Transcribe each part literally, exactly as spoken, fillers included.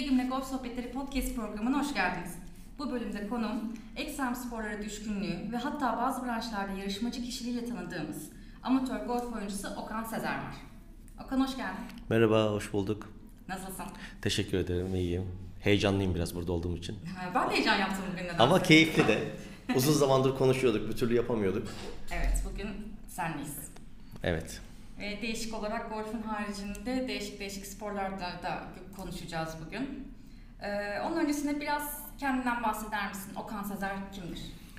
Begüm'le Golf Sohbetleri Podcast programına hoş geldiniz. Bu bölümde konuğum ekstrem sporlara düşkünlüğü ve hatta bazı branşlarda yarışmacı kişiliğiyle tanıdığımız amatör golf oyuncusu Okan Sezer var. Okan hoş geldin. Merhaba, hoş bulduk. Nasılsın? Teşekkür ederim, iyiyim. Heyecanlıyım biraz burada olduğum için. Ben de heyecan yaptım bugün nedense. Ama keyifli de. Uzun zamandır konuşuyorduk, bir türlü yapamıyorduk. Evet, bugün senleyiz. Evet. Ve değişik olarak golfün haricinde değişik değişik sporlarda da konuşacağız bugün. Ee, onun öncesinde biraz kendinden bahseder misin? Okan Sezer kimdir?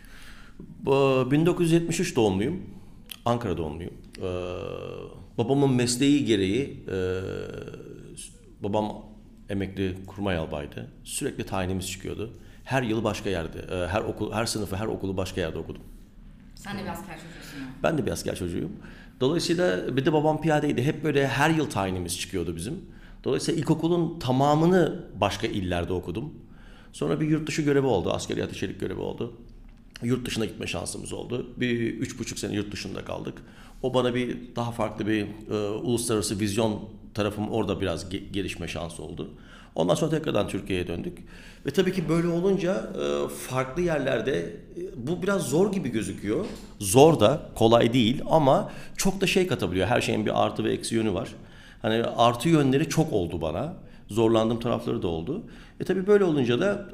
bin dokuz yüz yetmiş üç doğumluyum. Ankara doğumluyum. Ee, babamın mesleği gereği, e, babam emekli kurmay albaydı. Sürekli tayinimiz çıkıyordu. Her yıl başka yerde, e, her okul, her sınıfı, her okulu başka yerde okudum. Sen de bir asker çocuğusun yani. Ben de bir asker çocuğuyum. Dolayısıyla bir de babam piyadeydi. Hep böyle her yıl tayinimiz çıkıyordu bizim. Dolayısıyla ilkokulun tamamını başka illerde okudum. Sonra bir yurt dışı görevi oldu. Askeri ateşelik görevi oldu. Yurt dışına gitme şansımız oldu. Bir üç buçuk sene yurt dışında kaldık. O bana bir daha farklı bir e, uluslararası vizyon tarafım orada biraz ge- gelişme şansı oldu. Ondan sonra tekrardan Türkiye'ye döndük. Ve tabii ki böyle olunca e, farklı yerlerde e, bu biraz zor gibi gözüküyor. Zor da, kolay değil ama çok da şey katabiliyor. Her şeyin bir artı ve eksi yönü var. Hani artı yönleri çok oldu bana. Zorlandığım tarafları da oldu. E tabii böyle olunca da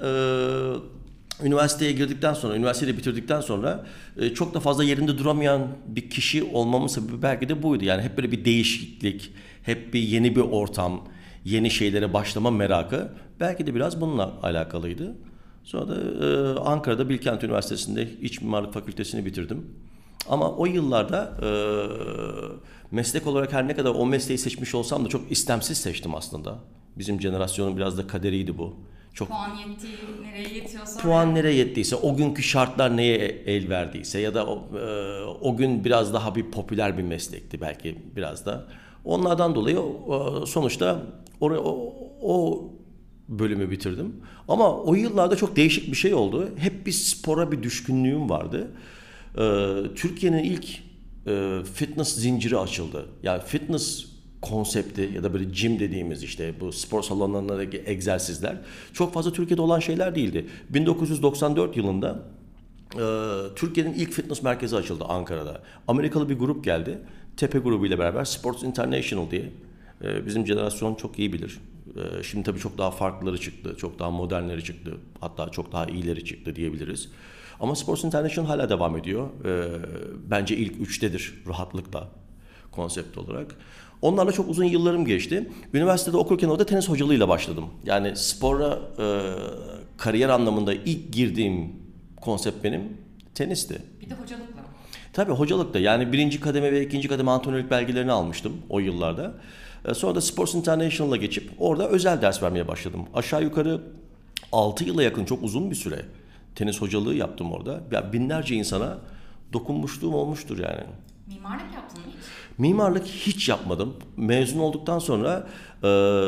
e, üniversiteye girdikten sonra, üniversiteyi bitirdikten sonra e, çok da fazla yerinde duramayan bir kişi olmamın sebebi belki de buydu. Yani hep böyle bir değişiklik, hep bir yeni bir ortam, yeni şeylere başlama merakı belki de biraz bununla alakalıydı. Sonra da e, Ankara'da Bilkent Üniversitesi'nde İç Mimarlık Fakültesini bitirdim. Ama o yıllarda e, meslek olarak her ne kadar o mesleği seçmiş olsam da çok istemsiz seçtim aslında. Bizim jenerasyonun biraz da kaderiydi bu. Çok puan yettiği, nereye yetiyorsa... Puan nereye yettiyse, o günkü şartlar neye el verdiyse ya da o, e, o gün biraz daha bir popüler bir meslekti belki biraz da. Onlardan dolayı o, sonuçta oraya, o, o bölümü bitirdim. Ama o yıllarda çok değişik bir şey oldu. Hep bir spora bir düşkünlüğüm vardı. Ee, Türkiye'nin ilk e, fitness zinciri açıldı. Yani fitness konsepti ya da böyle gym dediğimiz işte bu spor salonlarındaki egzersizler çok fazla Türkiye'de olan şeyler değildi. bin dokuz yüz doksan dört yılında e, Türkiye'nin ilk fitness merkezi açıldı Ankara'da. Amerikalı bir grup geldi. Tepe grubu ile beraber Sports International diye. E, bizim jenerasyon çok iyi bilir. E, şimdi tabii çok daha farklıları çıktı. Çok daha modernleri çıktı. Hatta çok daha iyileri çıktı diyebiliriz. Ama Sports International hala devam ediyor. E, bence ilk üçtedir rahatlıkla konsept olarak. Onlarla çok uzun yıllarım geçti. Üniversitede okurken orada tenis hocalığıyla başladım. Yani spora e, kariyer anlamında ilk girdiğim konsept benim tenisti. Bir de hocalıkla. Tabii hocalıkta yani birinci kademe ve ikinci kademe antrenörlük belgelerini almıştım o yıllarda. E, sonra da Sports International'a geçip orada özel ders vermeye başladım. Aşağı yukarı altı yıla yakın çok uzun bir süre tenis hocalığı yaptım orada. Ya binlerce insana dokunmuşluğum olmuştur yani. Mimarlık yaptın mı hiç? Mimarlık hiç yapmadım. Mezun olduktan sonra e,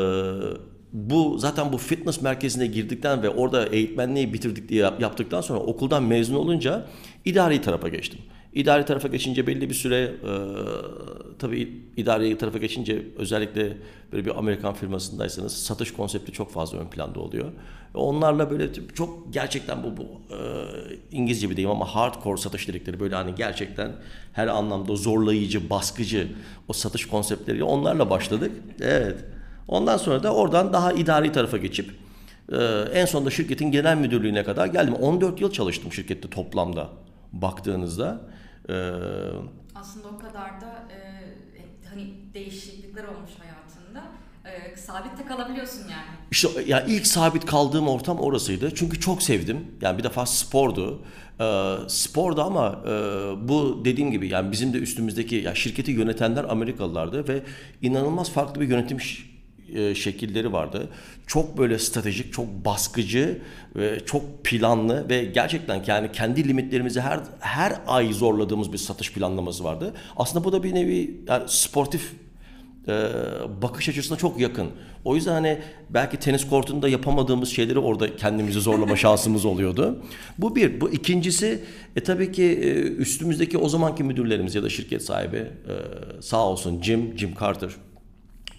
bu zaten bu fitness merkezine girdikten ve orada eğitmenliği bitirdik diye yaptıktan sonra okuldan mezun olunca idari tarafa geçtim. İdari tarafa geçince belli bir süre e, tabii idari tarafa geçince özellikle böyle bir Amerikan firmasındaysanız satış konsepti çok fazla ön planda oluyor. Onlarla böyle çok gerçekten bu, bu e, İngilizce bir deyim ama hardcore satış dedikleri böyle hani gerçekten her anlamda zorlayıcı, baskıcı o satış konseptleri onlarla başladık. Evet. Ondan sonra da oradan daha idari tarafa geçip e, en sonunda şirketin genel müdürlüğüne kadar geldim. on dört yıl çalıştım şirkette toplamda baktığınızda. E, Aslında o kadar da e, hani değişiklikler olmuş hayatında. E, sabit de kalabiliyorsun yani. İşte yani ilk sabit kaldığım ortam orasıydı. Çünkü çok sevdim. Yani bir defa spordu. E, spordu ama e, bu dediğim gibi yani bizim de üstümüzdeki ya şirketi yönetenler Amerikalılardı ve inanılmaz farklı bir yönetim e, şekilleri vardı. Çok böyle stratejik, çok baskıcı ve çok planlı ve gerçekten yani kendi limitlerimizi her her ay zorladığımız bir satış planlaması vardı. Aslında bu da bir nevi yani sportif e, bakış açısına çok yakın. O yüzden hani belki tenis kortunda yapamadığımız şeyleri orada kendimizi zorlama şansımız oluyordu. Bu bir. Bu ikincisi e, tabii ki e, üstümüzdeki o zamanki müdürlerimiz ya da şirket sahibi e, sağ olsun Jim, Jim Carter.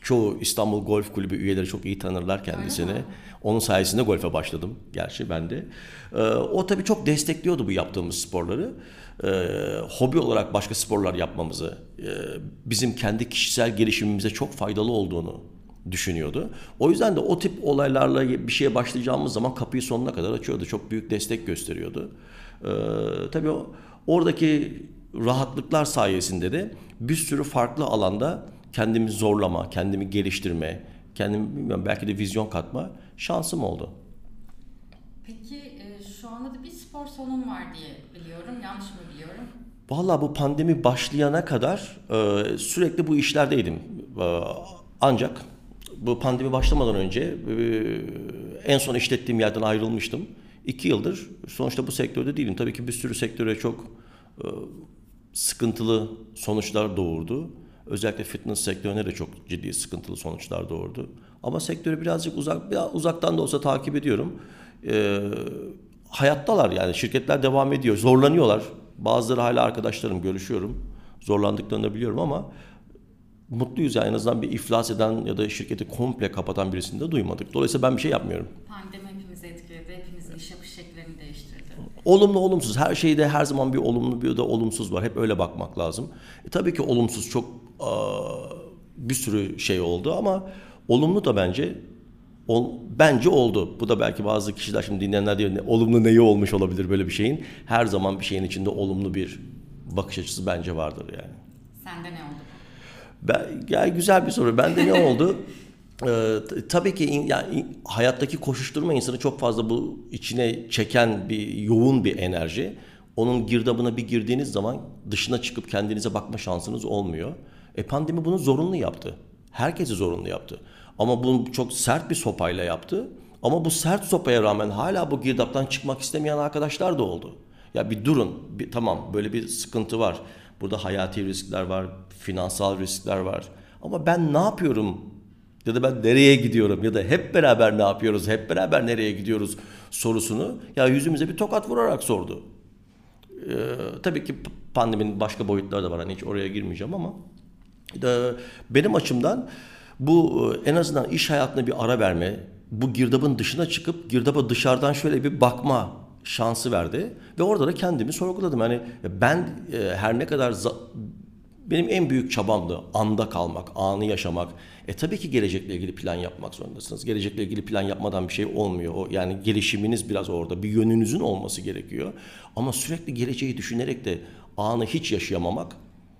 Çoğu İstanbul Golf Kulübü üyeleri çok iyi tanırlar kendisini. Onun sayesinde golfe başladım gerçi ben de. Ee, o tabii çok destekliyordu bu yaptığımız sporları. Ee, hobi olarak başka sporlar yapmamızı, e, bizim kendi kişisel gelişimimize çok faydalı olduğunu düşünüyordu. O yüzden de o tip olaylarla bir şeye başlayacağımız zaman kapıyı sonuna kadar açıyordu. Çok büyük destek gösteriyordu. Ee, tabii o, oradaki rahatlıklar sayesinde de bir sürü farklı alanda kendimi zorlama, kendimi geliştirme, kendimi bilmiyorum belki de vizyon katma şansım oldu. Peki e, şu anda da bir spor salonu var diye biliyorum. Yanlış mı biliyorum? Vallahi bu pandemi başlayana kadar e, sürekli bu işlerdeydim. E, ancak bu pandemi başlamadan önce e, en son işlettiğim yerden ayrılmıştım. İki yıldır sonuçta bu sektörde değilim. Tabii ki bir sürü sektöre çok e, sıkıntılı sonuçlar doğurdu. Özellikle fitness sektörüne de çok ciddi sıkıntılı sonuçlar doğurdu. Ama sektörü birazcık uzak, biraz uzaktan da olsa takip ediyorum. Ee, hayattalar yani şirketler devam ediyor. Zorlanıyorlar. Bazıları hala arkadaşlarım, görüşüyorum. Zorlandıklarını da biliyorum ama mutluyuz yani en azından bir iflas eden ya da şirketi komple kapatan birisini de duymadık. Dolayısıyla ben bir şey yapmıyorum. Pandemi hepimizi etkiledi. Hepimizin iş yapış şekillerini değiştirdi. Olumlu olumsuz. Her şeyde her zaman bir olumlu bir de olumsuz var. Hep öyle bakmak lazım. E, tabii ki olumsuz çok aa, bir sürü şey oldu ama olumlu da bence ol, bence oldu. Bu da belki bazı kişiler şimdi dinleyenler diyor ne, olumlu neyi olmuş olabilir böyle bir şeyin. Her zaman bir şeyin içinde olumlu bir bakış açısı bence vardır yani. Sende ne oldu? Ben, yani güzel bir soru. Bende ne oldu? Ee, tabii ki in, yani hayattaki koşuşturma insanı çok fazla bu içine çeken bir yoğun bir enerji. Onun girdabına bir girdiğiniz zaman dışına çıkıp kendinize bakma şansınız olmuyor. E pandemi bunu zorunlu yaptı. Herkesi zorunlu yaptı. Ama bunu çok sert bir sopayla yaptı. Ama bu sert sopaya rağmen hala bu girdaptan çıkmak istemeyen arkadaşlar da oldu. Ya bir durun, bir, tamam böyle bir sıkıntı var. Burada hayati riskler var, finansal riskler var. Ama ben ne yapıyorum? Ya da ben nereye gidiyorum? Ya da hep beraber ne yapıyoruz? Hep beraber nereye gidiyoruz? Sorusunu ya yüzümüze bir tokat vurarak sordu. Ee, tabii ki pandeminin başka boyutları da var. Hani hiç oraya girmeyeceğim ama e, benim açımdan bu en azından iş hayatına bir ara verme, bu girdabın dışına çıkıp girdaba dışarıdan şöyle bir bakma şansı verdi ve orada da kendimi sorguladım. Yani ben e, her ne kadar za- benim en büyük çabamdı anda kalmak, anı yaşamak. E tabii ki gelecekle ilgili plan yapmak zorundasınız. Gelecekle ilgili plan yapmadan bir şey olmuyor. O yani gelişiminiz biraz orada, bir yönünüzün olması gerekiyor. Ama sürekli geleceği düşünerek de anı hiç yaşayamamak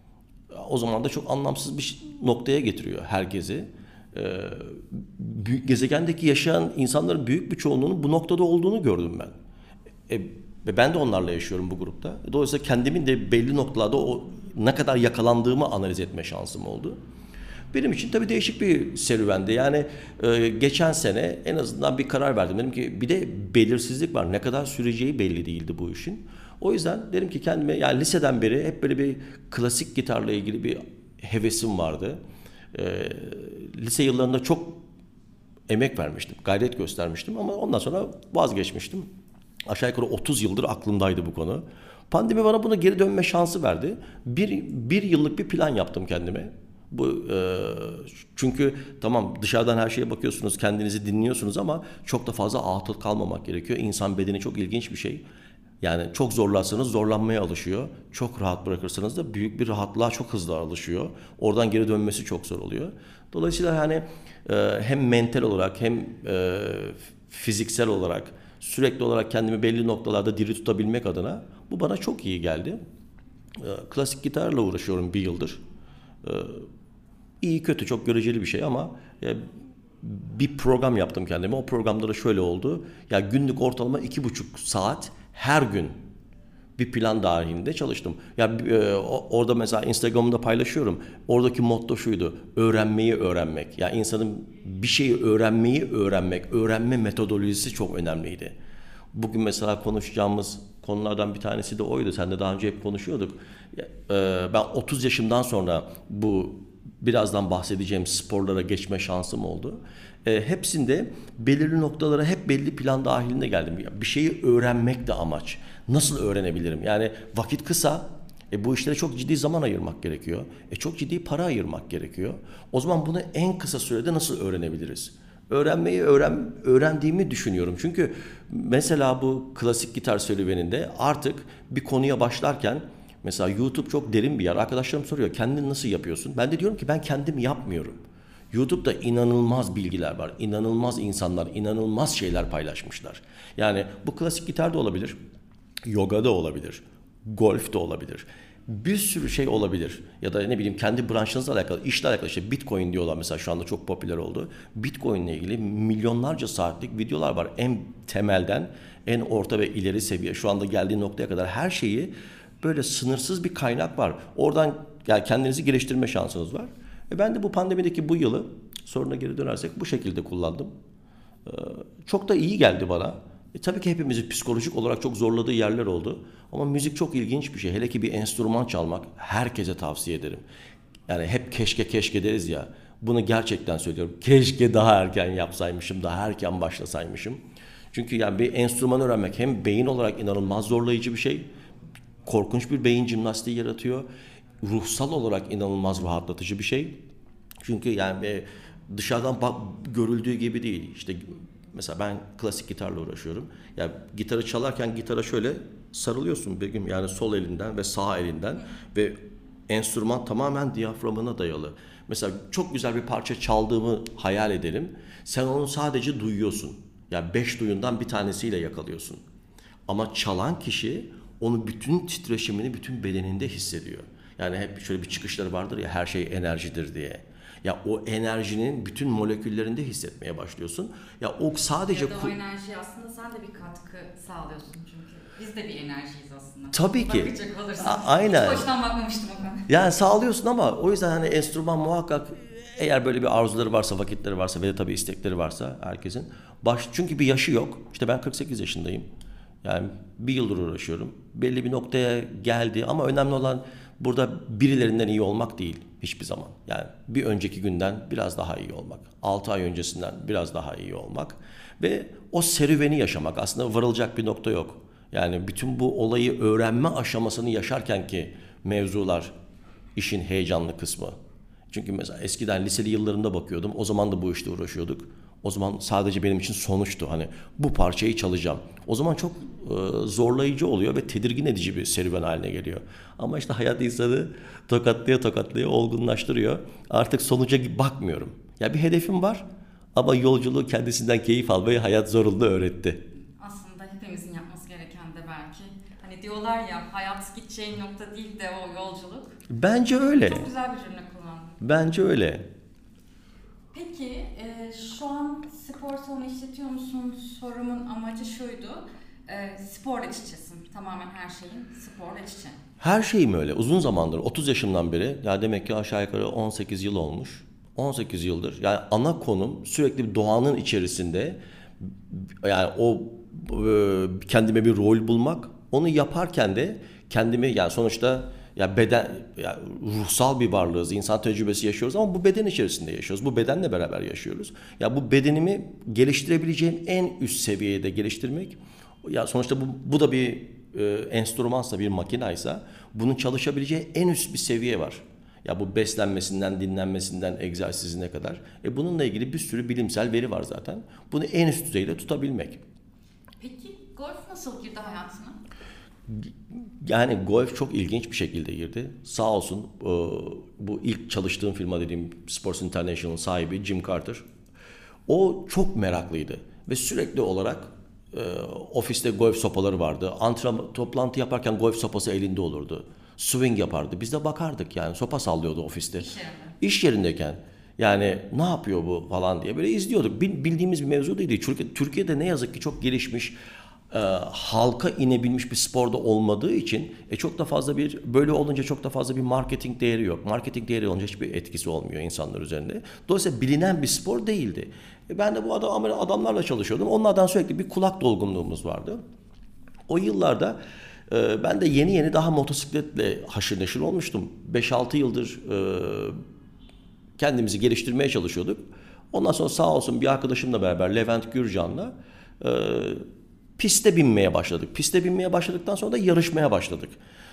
o zaman da çok anlamsız bir noktaya getiriyor herkesi. Ee, gezegendeki yaşayan insanların büyük bir çoğunluğunun bu noktada olduğunu gördüm ben. E, ve ben de onlarla yaşıyorum bu grupta. Dolayısıyla kendimin de belli noktalarda o ne kadar yakalandığımı analiz etme şansım oldu. Benim için tabii değişik bir serüvendi. Yani e, geçen sene en azından bir karar verdim. Dedim ki bir de belirsizlik var. Ne kadar süreceği belli değildi bu işin. O yüzden dedim ki kendime yani liseden beri hep böyle bir klasik gitarla ilgili bir hevesim vardı. E, lise yıllarında çok emek vermiştim, gayret göstermiştim ama ondan sonra vazgeçmiştim. Aşağı yukarı otuz yıldır aklımdaydı bu konu. Pandemi bana buna geri dönme şansı verdi. Bir, bir yıllık bir plan yaptım kendime. Bu e, çünkü tamam dışarıdan her şeye bakıyorsunuz, kendinizi dinliyorsunuz ama çok da fazla atıl kalmamak gerekiyor. İnsan bedeni çok ilginç bir şey. Yani çok zorlarsanız zorlanmaya alışıyor. Çok rahat bırakırsanız da büyük bir rahatlığa çok hızlı alışıyor. Oradan geri dönmesi çok zor oluyor. Dolayısıyla hani e, hem mental olarak hem e, fiziksel olarak sürekli olarak kendimi belli noktalarda diri tutabilmek adına bu bana çok iyi geldi. E, klasik gitarla uğraşıyorum bir yıldır. E, iyi kötü çok göreceli bir şey ama e, bir program yaptım kendime. O programda da şöyle oldu. Ya günlük ortalama iki buçuk saat her gün bir plan dahilinde çalıştım. Ya e, orada mesela Instagram'da paylaşıyorum. Oradaki motto şuydu. Öğrenmeyi öğrenmek. Ya insanın bir şeyi öğrenmeyi öğrenmek, öğrenme metodolojisi çok önemliydi. Bugün mesela konuşacağımız konulardan bir tanesi de oydu. Sen de daha önce hep konuşuyorduk. E, ben otuz yaşımdan sonra bu birazdan bahsedeceğim sporlara geçme şansım oldu. E, hepsinde belirli noktalara hep belli plan dahilinde geldim. Bir şeyi öğrenmek de amaç. Nasıl öğrenebilirim? Yani vakit kısa. E bu işlere çok ciddi zaman ayırmak gerekiyor. E çok ciddi para ayırmak gerekiyor. O zaman bunu en kısa sürede nasıl öğrenebiliriz? Öğrenmeyi öğren, öğrendiğimi düşünüyorum. Çünkü mesela bu klasik gitar serüveninde artık bir konuya başlarken mesela YouTube çok derin bir yer. Arkadaşlarım soruyor kendini nasıl yapıyorsun? Ben de diyorum ki ben kendim yapmıyorum. YouTube'da inanılmaz bilgiler var. İnanılmaz insanlar, inanılmaz şeyler paylaşmışlar. Yani bu klasik gitar da olabilir. Yoga da olabilir. Golf de olabilir. Bir sürü şey olabilir. Ya da ne bileyim kendi branşınızla alakalı, işle alakalı işte Bitcoin diyorlar mesela şu anda çok popüler oldu. Bitcoin ile ilgili milyonlarca saatlik videolar var. En temelden en orta ve ileri seviye şu anda geldiği noktaya kadar her şeyi böyle sınırsız bir kaynak var. Oradan yani kendinizi geliştirme şansınız var. E ben de bu pandemideki bu yılı soruna geri dönersek bu şekilde kullandım. Ee, çok da iyi geldi bana. E, tabii ki hepimizi psikolojik olarak çok zorladığı yerler oldu. Ama müzik çok ilginç bir şey. Hele ki bir enstrüman çalmak herkese tavsiye ederim. Yani hep keşke keşke deriz ya. Bunu gerçekten söylüyorum. Keşke daha erken yapsaymışım, daha erken başlasaymışım. Çünkü yani bir enstrüman öğrenmek hem beyin olarak inanılmaz zorlayıcı bir şey. Korkunç bir beyin jimnastiği yaratıyor. Ruhsal olarak inanılmaz rahatlatıcı bir şey. Çünkü yani dışarıdan bak, görüldüğü gibi değil. İşte mesela ben klasik gitarla uğraşıyorum. Yani gitarı çalarken gitara şöyle sarılıyorsun bir gün yani sol elinden ve sağ elinden ve enstrüman tamamen diyaframına dayalı. Mesela çok güzel bir parça çaldığımı hayal edelim. Sen onu sadece duyuyorsun. Yani beş duyundan bir tanesiyle yakalıyorsun. Ama çalan kişi onu bütün titreşimini bütün bedeninde hissediyor. Yani hep şöyle bir çıkışları vardır ya her şey enerjidir diye. Ya o enerjinin bütün moleküllerinde hissetmeye başlıyorsun. Ya o sadece... Ya da o enerjiye aslında sen de bir katkı sağlıyorsun çünkü. Biz de bir enerjiyiz aslında. Tabii ki. Bakacak olursanız. A- aynen. Hiç boştan bakmamıştım o konuda. Yani sağlıyorsun ama o yüzden hani enstrüman muhakkak eğer böyle bir arzuları varsa, vakitleri varsa ve de tabii istekleri varsa herkesin. Baş, çünkü bir yaşı yok. İşte ben kırk sekiz yaşındayım. Yani bir yıldır uğraşıyorum. Belli bir noktaya geldi ama önemli olan burada birilerinden iyi olmak değil hiçbir zaman. Yani bir önceki günden biraz daha iyi olmak. altı ay öncesinden biraz daha iyi olmak. Ve o serüveni yaşamak. Aslında varılacak bir nokta yok. Yani bütün bu olayı öğrenme aşamasını yaşarken ki mevzular işin heyecanlı kısmı. Çünkü mesela eskiden liseli yıllarımda bakıyordum. O zaman da bu işte uğraşıyorduk. O zaman sadece benim için sonuçtu. Hani bu parçayı çalacağım. O zaman çok e, zorlayıcı oluyor ve tedirgin edici bir serüven haline geliyor. Ama işte hayat insanı tokatlaya tokatlaya olgunlaştırıyor. Artık sonuca bakmıyorum. Ya bir hedefim var ama yolculuğu kendisinden keyif almayı hayat zorunlu öğretti. Aslında hepimizin yapması gereken de belki. Hani diyorlar ya hayat gideceğin nokta değil de o yolculuk. Bence öyle. Çok güzel bir cümle kullandın. Bence öyle. Peki e, şu an spor salonu işletiyor musun? Sorumun amacı şuydu. E, sporla iç içesin. Tamamen her şeyin sporla iç içe. Her şeyim öyle. Uzun zamandır otuz yaşımdan beri ya demek ki aşağı yukarı on sekiz yıl olmuş. on sekiz yıldır. Yani ana konum sürekli bir doğanın içerisinde yani o e, kendime bir rol bulmak. Onu yaparken de kendimi yani sonuçta ya beden ya ruhsal bir varlığız. İnsan tecrübesi yaşıyoruz ama bu beden içerisinde yaşıyoruz. Bu bedenle beraber yaşıyoruz. Ya bu bedenimi geliştirebileceğim en üst seviyede geliştirmek. Ya sonuçta bu bu da bir e, enstrümansa, bir makinaysa bunun çalışabileceği en üst bir seviye var. Ya bu beslenmesinden, dinlenmesinden, egzersizine kadar. E bununla ilgili bir sürü bilimsel veri var zaten. Bunu en üst düzeyde tutabilmek. Peki golf nasıl girdi hayatına? Yani golf çok ilginç bir şekilde girdi. Sağ olsun bu ilk çalıştığım firma dediğim Sports International sahibi Jim Carter. O çok meraklıydı ve sürekli olarak ofiste golf sopaları vardı. Antrenman, toplantı yaparken golf sopası elinde olurdu. Swing yapardı. Biz de bakardık yani sopa sallıyordu ofiste. İş yerinde. İş yerindeyken. Yani ne yapıyor bu falan diye böyle izliyorduk. Bildiğimiz bir mevzu değil. Türkiye'de ne yazık ki çok gelişmiş, e, halka inebilmiş bir sporda olmadığı için e, çok da fazla bir böyle olunca çok da fazla bir marketing değeri yok. Marketing değeri olunca hiçbir etkisi olmuyor insanlar üzerinde. Dolayısıyla bilinen bir spor değildi. E, ben de bu adam, adamlarla çalışıyordum. Onlardan sürekli bir kulak dolgunluğumuz vardı. O yıllarda e, ben de yeni yeni daha motosikletle haşır neşir olmuştum. beş altı yıldır e, kendimizi geliştirmeye çalışıyorduk. Ondan sonra sağ olsun bir arkadaşımla beraber Levent Gürcan'la e, piste binmeye başladık. Piste binmeye başladıktan sonra da yarışmaya başladık.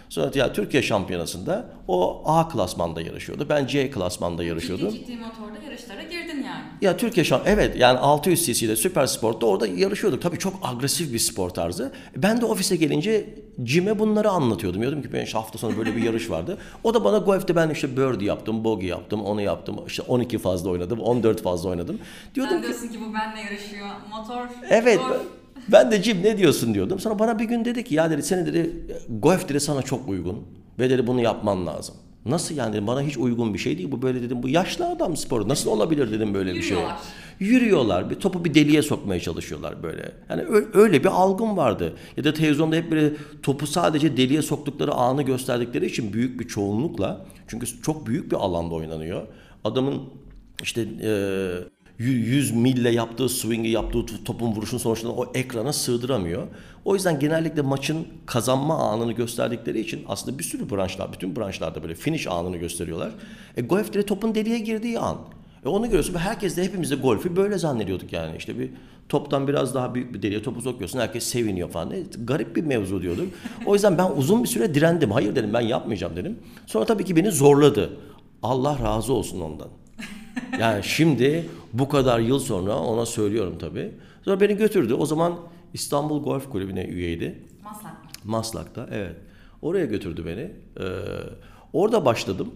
Sonra ya Türkiye Şampiyonası'nda o A klasmanda yarışıyordu. Ben C klasmanda yarışıyordum. Ciddi ciddi motorda yarışlara girdin yani. Ya Türkiye Şamp evet yani altı yüz cc'de Süper Sport'ta orada yarışıyorduk. Tabii çok agresif bir spor tarzı. Ben de ofise gelince Jim'e bunları anlatıyordum. Diyordum ki ben işte hafta sonu böyle bir yarış vardı. O da bana golf'te ben işte birdie yaptım, bogey yaptım, onu yaptım. İşte on iki fazla oynadım, on dört fazla oynadım. Diyordum Sen diyorsun ki, ki bu benimle yarışıyor. Motor. Evet. Zor. Ben de Jim ne diyorsun diyordum. Sonra bana bir gün dedi ki ya dedi seni dedi golf dedi sana çok uygun ve dedi bunu yapman lazım. Nasıl yani dedim, bana hiç uygun bir şey değil bu böyle dedim, bu yaşlı adam sporu nasıl olabilir dedim böyle bir şey. Yürüyorlar. Yürüyorlar bir topu bir deliğe sokmaya çalışıyorlar böyle. Yani öyle bir algım vardı. Ya da televizyonda hep böyle topu sadece deliğe soktukları anı gösterdikleri için büyük bir çoğunlukla, çünkü çok büyük bir alanda oynanıyor. Adamın işte e, yüz mille yaptığı swing'i, yaptığı topun vuruşun sonuçlarını o ekrana sığdıramıyor. O yüzden genellikle maçın kazanma anını gösterdikleri için aslında bir sürü branşlar, bütün branşlarda böyle finish anını gösteriyorlar. E, golf'te de topun deliğe girdiği an. E, onu görüyorsun ve herkes de hepimiz de golfü böyle zannediyorduk yani. İşte bir toptan biraz daha büyük bir deliğe topu sokuyorsun, herkes seviniyor falan. E, garip bir mevzu diyorduk. O yüzden ben uzun bir süre direndim. Hayır dedim, ben yapmayacağım dedim. Sonra tabii ki beni zorladı. Allah razı olsun ondan. Yani şimdi bu kadar yıl sonra ona söylüyorum tabii. Sonra beni götürdü. O zaman İstanbul Golf Kulübü'ne üyeydi. Maslak mı? Maslak'ta evet. Oraya götürdü beni. Ee, orada başladım.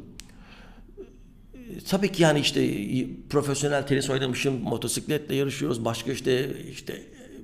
Tabii ki yani işte profesyonel tenis oynamışım, motosikletle yarışıyoruz. Başka işte işte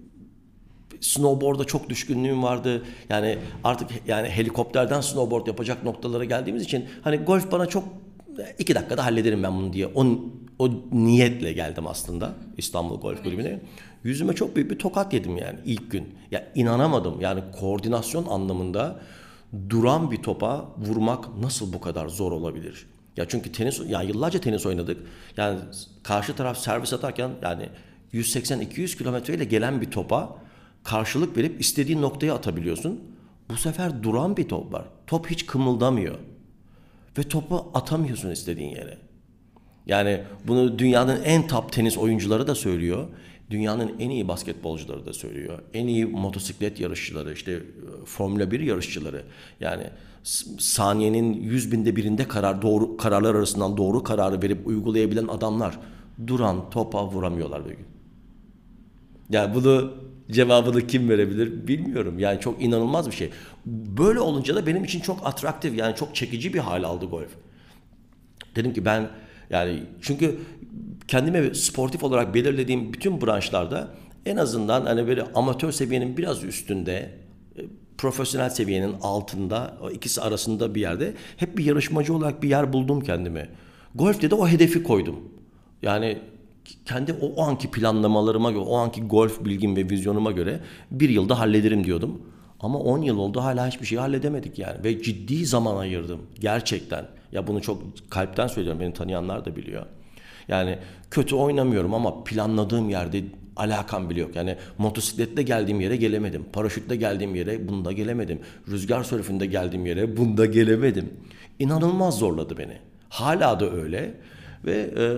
snowboard'a çok düşkünlüğüm vardı. Yani artık yani helikopterden snowboard yapacak noktalara geldiğimiz için hani golf bana çok iki dakikada hallederim ben bunu diye o, o niyetle geldim aslında İstanbul Golf Kulübü'ne. Yüzüme çok büyük bir tokat yedim yani ilk gün. Ya inanamadım yani koordinasyon anlamında duran bir topa vurmak nasıl bu kadar zor olabilir? Ya çünkü tenis yani yıllarca tenis oynadık. Yani karşı taraf servis atarken yani yüz seksen iki yüz kilometreyle gelen bir topa karşılık verip istediğin noktaya atabiliyorsun. Bu sefer duran bir top var. Top hiç kımıldamıyor. Ve topu atamıyorsun istediğin yere. Yani bunu dünyanın en top tenis oyuncuları da söylüyor. Dünyanın en iyi basketbolcuları da söylüyor. En iyi motosiklet yarışçıları, işte Formula bir yarışçıları. Yani saniyenin yüz binde birinde karar doğru kararlar arasından doğru kararı verip uygulayabilen adamlar duran topa vuramıyorlar bir gün. Yani bunu cevabını kim verebilir bilmiyorum. Yani çok inanılmaz bir şey. Böyle olunca da benim için çok atraktif yani çok çekici bir hal aldı golf. Dedim ki ben yani çünkü kendime sportif olarak belirlediğim bütün branşlarda en azından hani böyle amatör seviyenin biraz üstünde, profesyonel seviyenin altında, o ikisi arasında bir yerde hep bir yarışmacı olarak bir yer buldum kendime. Golf'te de o hedefi koydum. Yani kendi o, o anki planlamalarıma göre, o anki golf bilgim ve vizyonuma göre bir yılda hallederim diyordum. Ama on yıl oldu hala hiçbir şey halledemedik yani. Ve ciddi zaman ayırdım gerçekten. Ya bunu çok kalpten söylüyorum, beni tanıyanlar da biliyor. Yani kötü oynamıyorum ama planladığım yerde alakam bile yok. Yani motosikletle geldiğim yere gelemedim. Paraşütle geldiğim yere bunda gelemedim. Rüzgar sörfünde geldiğim yere bunda gelemedim. İnanılmaz zorladı beni. Hala da öyle. Ve e,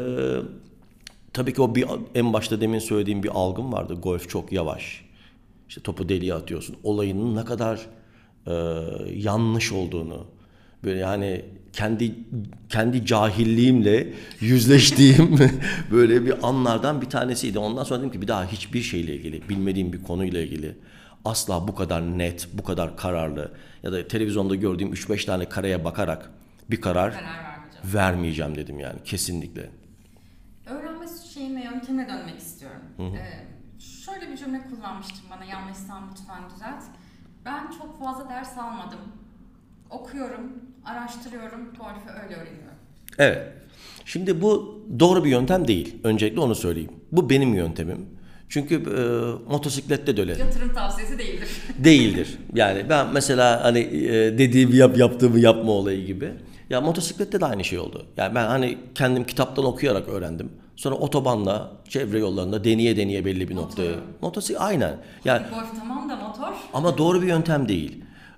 tabii ki o bir en başta demin söylediğim bir algım vardı. Golf çok yavaş. İşte topu deliğe atıyorsun. Olayının ne kadar e, yanlış olduğunu, böyle yani kendi kendi cahilliğimle yüzleştiğim böyle bir anlardan bir tanesiydi. Ondan sonra dedim ki bir daha hiçbir şeyle ilgili, bilmediğim bir konuyla ilgili asla bu kadar net, bu kadar kararlı ya da televizyonda gördüğüm üç beş tane kareye bakarak bir karar, karar vermeyeceğim. vermeyeceğim dedim yani kesinlikle. Öğrenme şeyine, yöntemine dönmek istiyorum. Ee, şöyle bir cümle kullanmıştım bana, yanlışsam lütfen düzelt. Ben çok fazla ders almadım. Okuyorum, araştırıyorum, golfü öyle öğreniyorum. Evet. Şimdi bu doğru bir yöntem değil. Öncelikle onu söyleyeyim. Bu benim yöntemim. Çünkü e, motosiklette de öyle. Yatırım tavsiyesi değildir. Değildir. Yani ben mesela hani e, dediğimi yap, yaptığımı yapma olayı gibi. Ya motosiklette de aynı şey oldu. Yani ben hani kendim kitaptan okuyarak öğrendim. Sonra otobanla, çevre yollarında deneye deneye belli bir noktaya. Motosiklet aynen. Yani golf tamam da motor. ama doğru bir yöntem değil.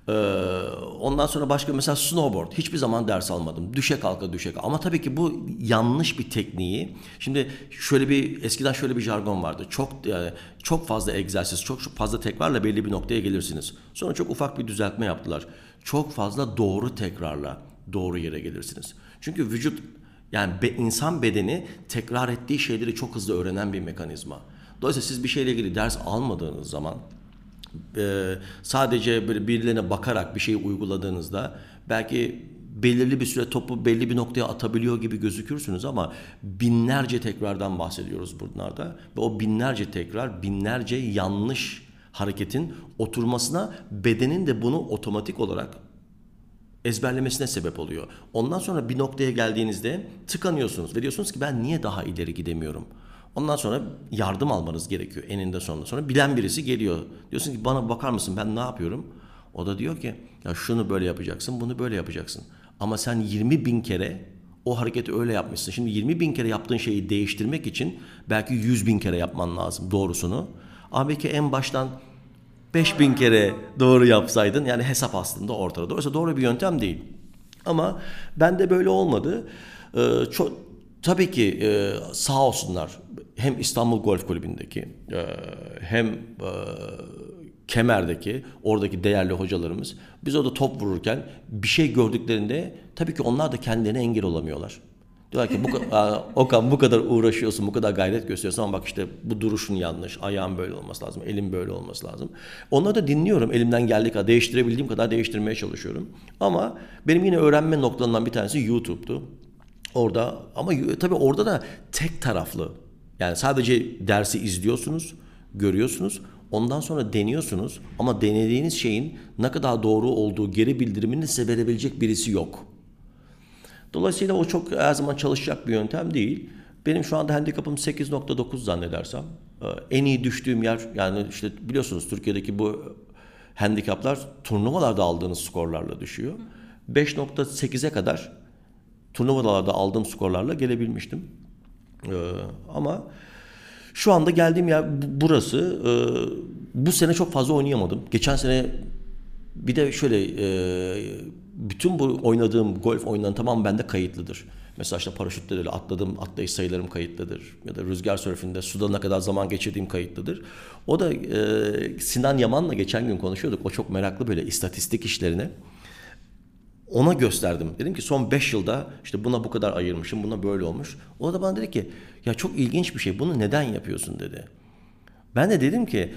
Ee, ondan sonra başka mesela snowboard. Hiçbir zaman ders almadım. Düşe kalka düşe kalka. Ama tabii ki bu yanlış bir tekniği. Şimdi şöyle bir eskiden şöyle bir jargon vardı. Çok yani çok fazla egzersiz, çok, çok fazla tekrarla belli bir noktaya gelirsiniz. Sonra çok ufak bir düzeltme yaptılar. Çok fazla doğru tekrarla doğru yere gelirsiniz. Çünkü vücut yani be, insan bedeni tekrar ettiği şeyleri çok hızlı öğrenen bir mekanizma. Dolayısıyla siz bir şeyle ilgili ders almadığınız zaman Ee, sadece böyle birilerine bakarak bir şeyi uyguladığınızda belki belirli bir süre topu belli bir noktaya atabiliyor gibi gözükürsünüz ama binlerce tekrardan bahsediyoruz bunlarda ve o binlerce tekrar binlerce yanlış hareketin oturmasına bedenin de bunu otomatik olarak ezberlemesine sebep oluyor. Ondan sonra bir noktaya geldiğinizde tıkanıyorsunuz ve diyorsunuz ki ben niye daha ileri gidemiyorum? Ondan sonra yardım almanız gerekiyor eninde sonunda. Sonra bilen birisi geliyor. Diyorsun ki bana bakar mısın ben ne yapıyorum? O da diyor ki ya şunu böyle yapacaksın, bunu böyle yapacaksın. Ama sen yirmi bin kere o hareketi öyle yapmışsın. Şimdi yirmi bin kere yaptığın şeyi değiştirmek için belki yüz bin kere yapman lazım doğrusunu. Ama belki en baştan beş bin kere doğru yapsaydın yani hesap aslında ortada. Dolayısıyla doğru bir yöntem değil. Ama bende böyle olmadı. Ee, çok Tabii ki e, sağ olsunlar hem İstanbul Golf Kulübü'ndeki e, hem e, Kemer'deki oradaki değerli hocalarımız biz orada top vururken bir şey gördüklerinde tabii ki onlar da kendilerine engel olamıyorlar. Diyorlar ki bu, Okan bu kadar uğraşıyorsun, bu kadar gayret gösteriyorsun ama bak işte bu duruşun yanlış, ayağın böyle olması lazım, elin böyle olması lazım. Onları da dinliyorum, elimden geldiği kadar, değiştirebildiğim kadar değiştirmeye çalışıyorum. Ama benim yine öğrenme noktalarından bir tanesi YouTube'du. Orada ama tabii orada da tek taraflı. Yani sadece dersi izliyorsunuz, görüyorsunuz. Ondan sonra deniyorsunuz ama denediğiniz şeyin ne kadar doğru olduğu geri bildirimini size verebilecek birisi yok. Dolayısıyla o çok her zaman çalışacak bir yöntem değil. Benim şu anda handikapım sekiz nokta dokuz zannedersem. En iyi düştüğüm yer yani işte biliyorsunuz Türkiye'deki bu handikaplar turnuvalarda aldığınız skorlarla düşüyor. beş nokta sekize kadar turnuvalarda aldığım skorlarla gelebilmiştim. Ee, ama şu anda geldiğim yer burası. Ee, bu sene çok fazla oynayamadım. Geçen sene bir de şöyle e, bütün bu oynadığım golf oyunlarının tamamı bende kayıtlıdır. Mesela işte paraşütte de atladığım atlayış sayılarım kayıtlıdır. Ya da rüzgar sörfünde suda ne kadar zaman geçirdiğim kayıtlıdır. O da e, Sinan Yaman'la geçen gün konuşuyorduk. O çok meraklı böyle istatistik işlerine. Ona gösterdim. Dedim ki son beş yılda işte buna bu kadar ayırmışım, buna böyle olmuş. O da bana dedi ki ya çok ilginç bir şey, bunu neden yapıyorsun dedi. Ben de dedim ki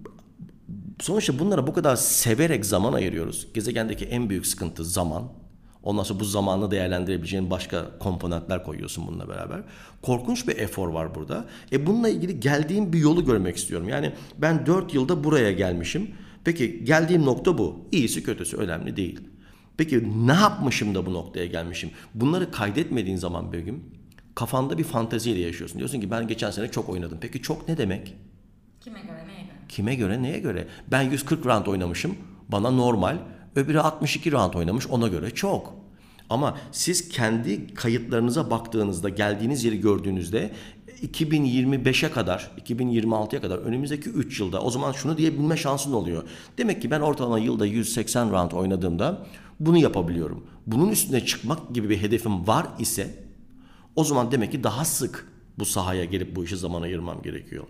sonuçta bunlara bu kadar severek zaman ayırıyoruz. Gezegendeki en büyük sıkıntı zaman. Ondan sonra bu zamanı değerlendirebileceğin başka komponentler koyuyorsun bununla beraber. Korkunç bir efor var burada. E bununla ilgili geldiğim bir yolu görmek istiyorum. Yani ben dört yılda buraya gelmişim. Peki geldiğim nokta bu. İyisi kötüsü önemli değil. Peki ne yapmışım da bu noktaya gelmişim? Bunları kaydetmediğin zaman Begüm kafanda bir fanteziyle yaşıyorsun. Diyorsun ki ben geçen sene çok oynadım. Peki çok ne demek? Kime göre, neye göre? Kime göre, neye göre? Ben yüz kırk round oynamışım. Bana normal. Öbürü altmış iki round oynamış. Ona göre çok. Ama siz kendi kayıtlarınıza baktığınızda, geldiğiniz yeri gördüğünüzde iki bin yirmi beşe kadar, iki bin yirmi altıya kadar önümüzdeki üç yılda o zaman şunu diyebilme şansın oluyor. Demek ki ben ortalama yılda yüz seksen round oynadığımda bunu yapabiliyorum. Bunun üstüne çıkmak gibi bir hedefim var ise o zaman demek ki daha sık bu sahaya gelip bu işe zaman ayırmam gerekiyor.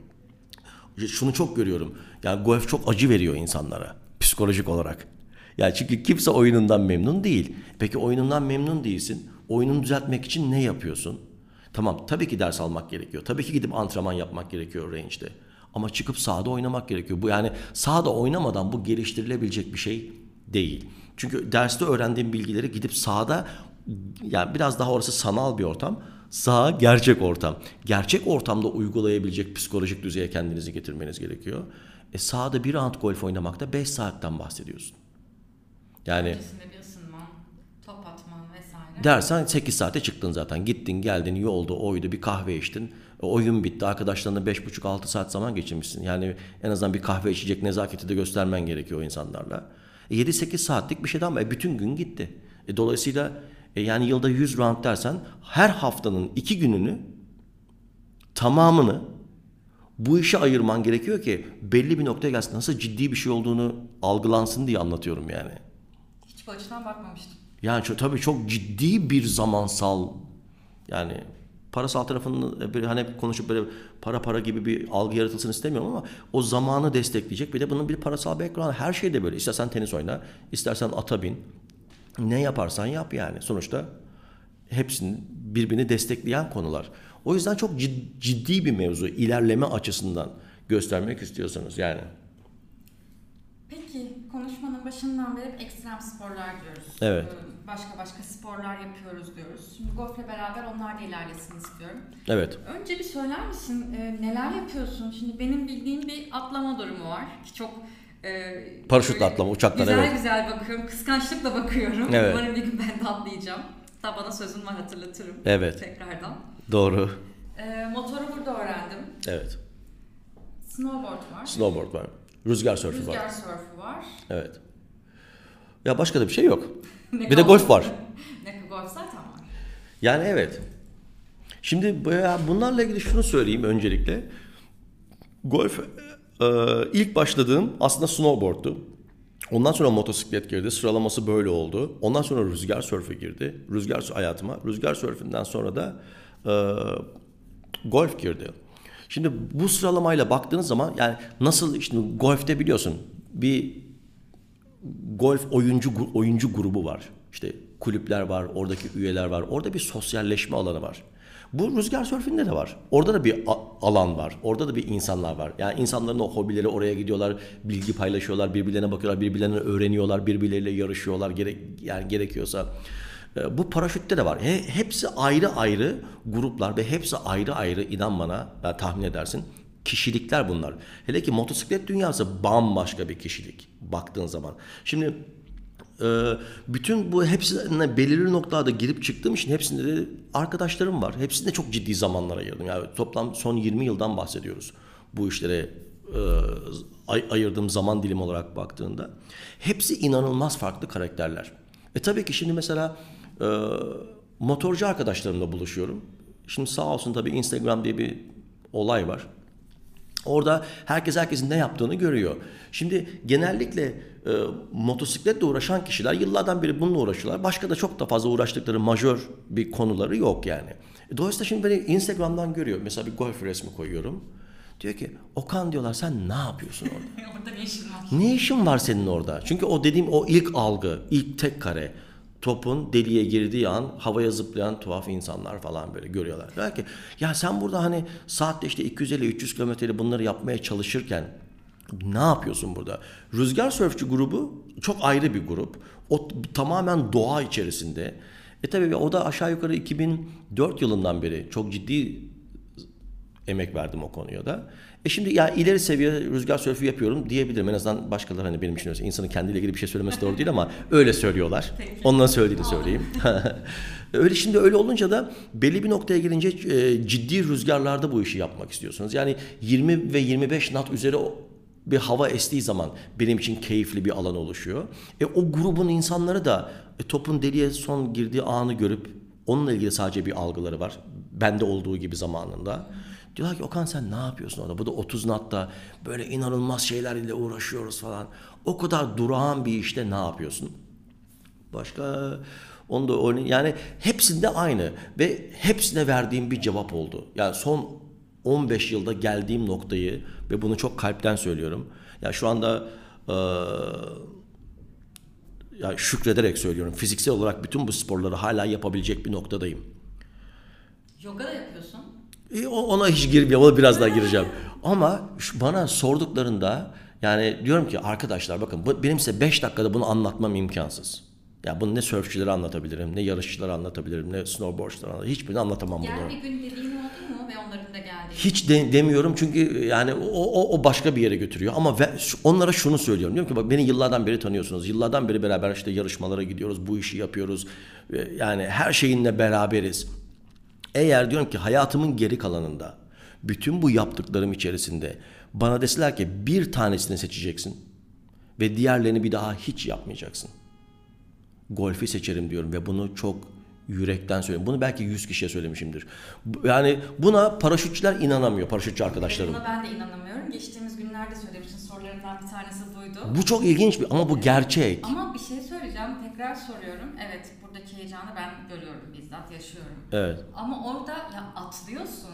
Şunu çok görüyorum. Yani golf çok acı veriyor insanlara psikolojik olarak. Yani çünkü kimse oyunundan memnun değil. Peki oyunundan memnun değilsin. Oyununu düzeltmek için ne yapıyorsun? Tamam tabii ki ders almak gerekiyor. Tabii ki gidip antrenman yapmak gerekiyor range'de. Ama çıkıp sahada oynamak gerekiyor. Bu yani sahada oynamadan bu geliştirilebilecek bir şey değil. Çünkü derste öğrendiğim bilgileri gidip sahada yani biraz daha orası sanal bir ortam. Saha gerçek ortam. Gerçek ortamda uygulayabilecek psikolojik düzeye kendinizi getirmeniz gerekiyor. E sahada bir round golf oynamakta beş saatten bahsediyorsun. Yani öncesinde bir ısınman, top atman vesaire. Dersen sekiz saate çıktın zaten. Gittin, geldin, yolda, oydu, bir kahve içtin. Oyun bitti. Arkadaşlarına beş buçuk altı saat zaman geçirmişsin. Yani en azından bir kahve içecek nezaketi de göstermen gerekiyor o insanlarla. E yedi sekiz saatlik bir şeyden ama e bütün gün gitti. E dolayısıyla e yani yılda yüz round dersen her haftanın iki gününü tamamını Bu işi ayırman gerekiyor ki belli bir noktaya gelsin. Nasıl ciddi bir şey olduğunu algılansın diye anlatıyorum yani. Hiç bu açıdan bakmamıştım. Yani çok, tabii çok ciddi bir zamansal, yani parasal tarafını böyle hani konuşup böyle para para gibi bir algı yaratılsın istemiyorum ama o zamanı destekleyecek. Bir de bunun bir parasal background, her şeyde böyle. İstersen tenis oyna, istersen ata bin. Ne yaparsan yap yani. Sonuçta hepsinin birbirini destekleyen konular. O yüzden çok ciddi bir mevzu ilerleme açısından göstermek istiyorsanız yani. Peki konuşmanın başından beri hep ekstrem sporlar diyoruz. Evet. Başka başka sporlar yapıyoruz diyoruz. Şimdi golfle beraber onlar da ilerlesin istiyorum. Evet. Önce bir söyler misin e, neler yapıyorsun? Şimdi benim bildiğim bir atlama durumu var ki çok e, paraşütle atlama, uçaktan, güzel evet. güzel bakıyorum. Kıskançlıkla bakıyorum. Evet. Umarım bir gün ben de atlayacağım. Hatta bana sözün var, hatırlatırım. Evet. Tekrardan. Doğru. E, motoru burada öğrendim. Evet. Snowboard var. Snowboard var. Rüzgar sörfü var. Rüzgar sörfü var. Evet. Ya başka da bir şey yok. Ne bir de golf var. Ne golf zaten var. Yani evet. Şimdi bunlarla ilgili şunu söyleyeyim öncelikle. Golf e, ilk başladığım aslında snowboard'tu. Ondan sonra motosiklet girdi. Sıralaması böyle oldu. Ondan sonra rüzgar sörfü girdi. Rüzgar hayatıma. Rüzgar sörfünden sonra da e, golf girdi. Şimdi bu sıralamayla baktığınız zaman yani nasıl işte golfte biliyorsun bir golf oyuncu oyuncu grubu var. İşte kulüpler var, oradaki üyeler var. Orada bir sosyalleşme alanı var. Bu rüzgar sörfünde de var. Orada da bir alan var. Orada da bir insanlar var. Yani insanların o hobileri, oraya gidiyorlar, bilgi paylaşıyorlar, birbirlerine bakıyorlar, birbirlerini öğreniyorlar, birbirleriyle yarışıyorlar gerek yani gerekiyorsa. Bu paraşütte de var. He, hepsi ayrı ayrı gruplar ve hepsi ayrı ayrı, inan bana, ben tahmin edersin, kişilikler bunlar. Hele ki motosiklet dünyası bambaşka bir kişilik baktığın zaman. Şimdi bütün bu hepsine belirli noktalarda girip çıktığım için hepsinde de arkadaşlarım var. Hepsinde çok ciddi zamanlar ayırdım. Yani toplam son yirmi yıldan bahsediyoruz. Bu işlere ay- ayırdığım zaman dilimi olarak baktığında. Hepsi inanılmaz farklı karakterler. E tabii ki şimdi mesela e, motorcu arkadaşlarımla buluşuyorum. Şimdi sağ olsun tabii Instagram diye bir olay var. Orada herkes herkesin ne yaptığını görüyor. Şimdi genellikle e, motosikletle uğraşan kişiler yıllardan beri bununla uğraşıyorlar. Başka da çok da fazla uğraştıkları majör bir konuları yok yani. E, dolayısıyla şimdi beni Instagram'dan görüyor. Mesela bir golf resmi koyuyorum. Diyor ki Okan, diyorlar, sen ne yapıyorsun orada? Orada ne işin var? Ne işin var senin orada? Çünkü o dediğim o ilk algı, ilk tek kare. Topun deliğe girdiği an havaya zıplayan tuhaf insanlar falan böyle görüyorlar. Diyor ki ya sen burada hani saatte işte iki yüz elli üç yüz kilometreli bunları yapmaya çalışırken ne yapıyorsun burada? Rüzgar sörfçü grubu çok ayrı bir grup. O tamamen doğa içerisinde. E tabii o da aşağı yukarı iki bin dört yılından beri çok ciddi emek verdim o konuya da. E şimdi ya ileri seviye rüzgar sörfü yapıyorum diyebilirim. En azından başkaları hani benim için öyle. İnsanın kendiyle ilgili bir şey söylemesi doğru değil ama öyle söylüyorlar. Onların söylediğini söyleyeyim. Öyle şimdi öyle olunca da belli bir noktaya gelince e, ciddi rüzgarlarda bu işi yapmak istiyorsunuz. Yani yirmi ve yirmi beş knot üzeri bir hava estiği zaman benim için keyifli bir alan oluşuyor. E o grubun insanları da e, topun deliğe son girdiği anı görüp onunla ilgili sadece bir algıları var. Bende olduğu gibi zamanında. Diyorlar ki Okan sen ne yapıyorsun orada? Bu da otuz natta böyle inanılmaz şeylerle uğraşıyoruz falan. O kadar durağan bir işte ne yapıyorsun? Başka onu da örneğin yani hepsinde aynı ve hepsine verdiğim bir cevap oldu. Yani son on beş yılda geldiğim noktayı ve bunu çok kalpten söylüyorum. Ya şu anda e, ya şükrederek söylüyorum. Fiziksel olarak bütün bu sporları hala yapabilecek bir noktadayım. Yoga da yapıyorsun. E, ona hiç girmeyeyim, ona biraz daha gireceğim. Ama şu, bana sorduklarında yani diyorum ki arkadaşlar bakın bu, benim size beş dakikada bunu anlatmam imkansız. Ya bunu ne sörfçülere anlatabilirim, ne yarışçılara anlatabilirim, ne snowboardçılara anlatabilirim. Hiçbirini anlatamam Gel bunu. bir gün dediğin oldu mu ve onların da geldiği? Hiç de, demiyorum çünkü yani o, o, o başka bir yere götürüyor. Ama ve, onlara şunu söylüyorum. Diyorum ki bak beni yıllardan beri tanıyorsunuz. Yıllardan beri beraber işte yarışmalara gidiyoruz, bu işi yapıyoruz. Yani her şeyinle beraberiz. Eğer diyorum ki hayatımın geri kalanında bütün bu yaptıklarım içerisinde bana deseler ki bir tanesini seçeceksin ve diğerlerini bir daha hiç yapmayacaksın. Golfi seçerim diyorum ve bunu çok yürekten söylüyorum. Bunu belki yüz kişiye söylemişimdir. Yani buna paraşütçüler inanamıyor, paraşütçü arkadaşlarım. Buna ben de inanamıyorum. Geçtiğimiz günlerde söylemiştin, sorularından bir tanesi buydu. Bu çok ilginç bir ama bu gerçek. Ama bir şey söyleyeceğim, tekrar soruyorum. Evet, buradaki heyecanı ben görüyorum, bizzat yaşıyorum. Evet. Ama orada ya atlıyorsun.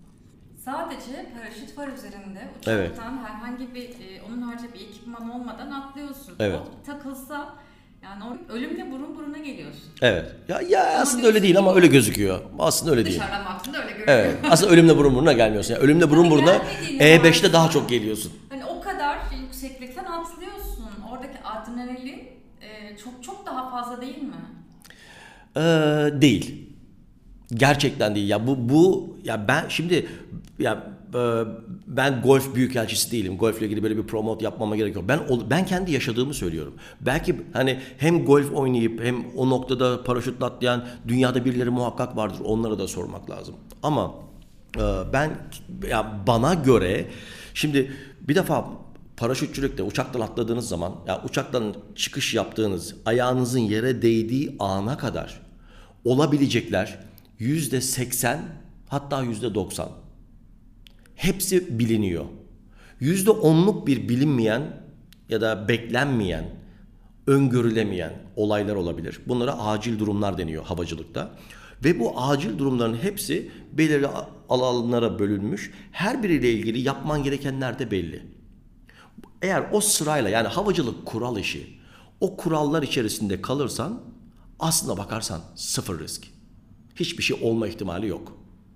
Sadece paraşüt var üzerinde. Uçaktan Evet. herhangi bir, e, onun haricinde bir ekipman olmadan atlıyorsun. Evet. O takılsa yani o ölümle burun buruna geliyorsun. Evet. Ya, ya Ama aslında öyle değil ama öyle gözüküyor. Aslında öyle değil. Dışarıdan baktığında öyle görünüyor. Evet. Aslında ölümle burun buruna gelmiyorsun. Yani ölümle burun Hani buruna gelmediğini E beşte varsın. daha çok geliyorsun. Hani o kadar yükseklikten atlıyorsun. Oradaki adrenalin e, çok çok daha fazla değil mi? Ee, değil. Gerçekten değil. Ya bu bu ya ben şimdi ya e, ben golf büyükelçisi değilim. Golfle ilgili böyle bir promote yapmama gerek yok. Ben ben kendi yaşadığımı söylüyorum. Belki hani hem golf oynayıp hem o noktada paraşütle atlayan dünyada birileri muhakkak vardır. Onlara da sormak lazım. Ama e, ben ya bana göre şimdi bir defa paraşütçülükte uçaktan atladığınız zaman ya uçaktan çıkış yaptığınız ayağınızın yere değdiği ana kadar olabilecekler yüzde seksen hatta yüzde doksan. Hepsi biliniyor. Yüzde onluk bir bilinmeyen ya da beklenmeyen, öngörülemeyen olaylar olabilir. Bunlara acil durumlar deniyor havacılıkta. Ve bu acil durumların hepsi belirli alanlara bölünmüş. Her biriyle ilgili yapman gerekenler de belli. Eğer o sırayla yani havacılık kural işi, o kurallar içerisinde kalırsan aslına bakarsan sıfır risk. Hiçbir şey olma ihtimali yok.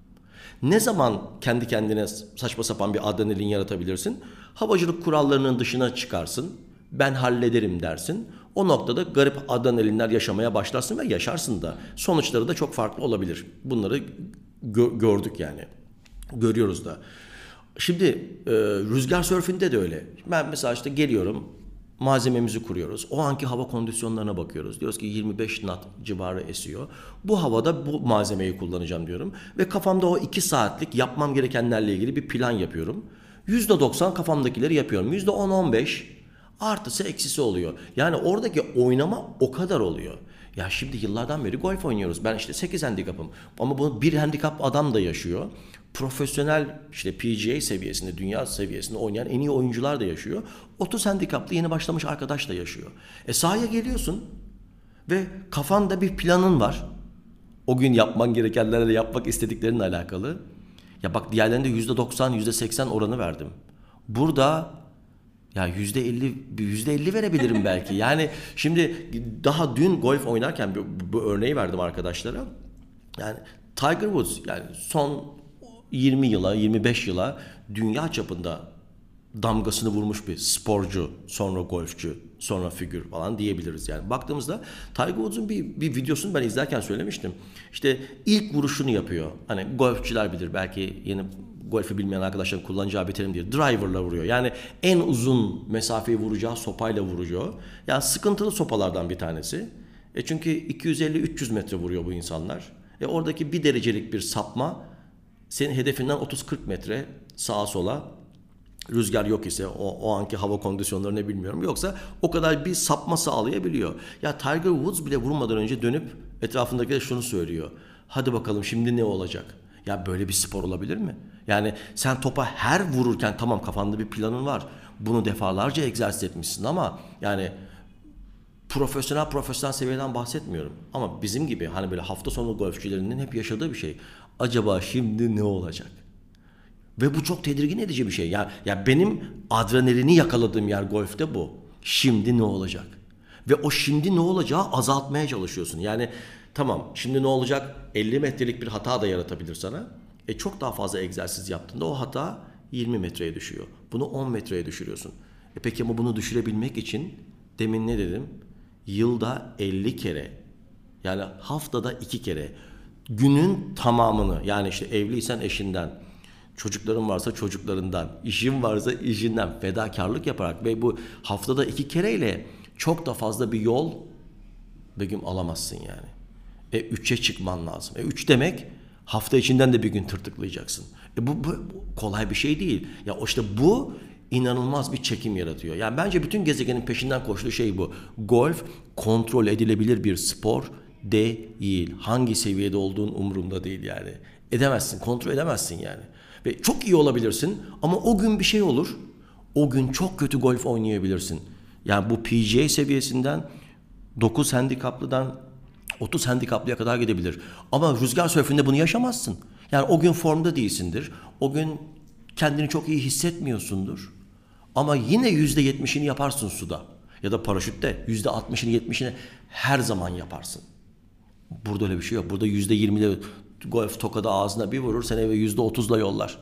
Ne zaman kendi kendine saçma sapan bir adrenalin yaratabilirsin? Havacılık kurallarının dışına çıkarsın. Ben hallederim dersin. O noktada garip adrenalinler yaşamaya başlarsın ve yaşarsın da. Sonuçları da çok farklı olabilir. Bunları gö- gördük yani. Görüyoruz da. Şimdi e, rüzgar sörfünde de öyle. Ben mesela işte geliyorum. Malzememizi kuruyoruz. O anki hava kondisyonlarına bakıyoruz. Diyoruz ki yirmi beş knot civarı esiyor. Bu havada bu malzemeyi kullanacağım diyorum. Ve kafamda o iki saatlik yapmam gerekenlerle ilgili bir plan yapıyorum. yüzde doksan kafamdakileri yapıyorum. yüzde on on beş artısı eksisi oluyor. Yani oradaki oynama o kadar oluyor. Ya şimdi yıllardan beri golf oynuyoruz. Ben işte sekiz handikapım. Ama bunu bir handikap adam da yaşıyor. Profesyonel işte P G A seviyesinde, dünya seviyesinde oynayan en iyi oyuncular da yaşıyor. otuz handikaplı yeni başlamış arkadaş da yaşıyor. E sahaya geliyorsun ve kafanda bir planın var. O gün yapman gerekenlerle yapmak istediklerinle alakalı. Ya bak diğerlerinde yüzde doksan, yüzde seksen oranı verdim. Burada ya yüzde elli, yüzde elli verebilirim belki. Yani şimdi daha dün golf oynarken bu, bu örneği verdim arkadaşlara. Yani Tiger Woods yani son yirmi yıla, yirmi beş yıla dünya çapında damgasını vurmuş bir sporcu, sonra golfçü, sonra figür falan diyebiliriz yani. Baktığımızda Tiger Woods'un bir, bir videosunu ben izlerken söylemiştim. İşte ilk vuruşunu yapıyor. Hani golfçüler bilir belki yeni golfü bilmeyen arkadaşların kullanacağı bir terim değil. Driver'la vuruyor. Yani en uzun mesafeyi vuracağı sopayla vuruyor. Yani sıkıntılı sopalardan bir tanesi. E çünkü iki yüz elli üç yüz metre vuruyor bu insanlar. E oradaki bir derecelik bir sapma senin hedefinden otuz kırk metre sağa sola, rüzgar yok ise o, o anki hava kondisyonlarını bilmiyorum. Yoksa o kadar bir sapma sağlayabiliyor. Ya Tiger Woods bile vurmadan önce dönüp etrafındakilere şunu söylüyor. Hadi bakalım şimdi ne olacak? Ya böyle bir spor olabilir mi? Yani sen topa her vururken tamam kafanda bir planın var. Bunu defalarca egzersiz etmişsin ama yani profesyonel profesyonel seviyeden bahsetmiyorum. Ama bizim gibi hani böyle hafta sonu golfçilerinin hep yaşadığı bir şey. Acaba şimdi ne olacak? Ve bu çok tedirgin edici bir şey. Ya, ya benim adrenalini yakaladığım yer golfte bu. Şimdi ne olacak? Ve o şimdi ne olacağı azaltmaya çalışıyorsun. Yani tamam şimdi ne olacak? elli metrelik bir hata da yaratabilir sana. E çok daha fazla egzersiz yaptığında o hata yirmi metreye düşüyor. Bunu on metreye düşürüyorsun. E peki ama bunu düşürebilmek için demin ne dedim? Yılda elli kere yani haftada iki kere günün tamamını yani işte evliysen eşinden, çocukların varsa çocuklarından, işin varsa işinden fedakarlık yaparak ve bu haftada iki kereyle çok da fazla bir yol Begüm alamazsın yani. E üçe çıkman lazım. E üç demek hafta içinden de bir gün tırtıklayacaksın. E bu, bu, bu kolay bir şey değil. Ya işte bu inanılmaz bir çekim yaratıyor. Yani bence bütün gezegenin peşinden koştuğu şey bu. Golf kontrol edilebilir bir spor değil. Hangi seviyede olduğun umurumda değil yani. Edemezsin, kontrol edemezsin yani. Ve çok iyi olabilirsin ama o gün bir şey olur. O gün çok kötü golf oynayabilirsin. Yani bu P G A seviyesinden dokuz handikaplıdan otuz handikaplıya kadar gidebilir. Ama rüzgar sörfünde bunu yaşamazsın. Yani o gün formda değilsindir. O gün kendini çok iyi hissetmiyorsundur. Ama yine yüzde yetmişini yaparsın suda. Ya da paraşütte yüzde altmışını yetmişini her zaman yaparsın. Burada öyle bir şey yok. Burada yüzde yirmiyle golf tokada ağzına bir vurur, seni eve yüzde otuzla yollar.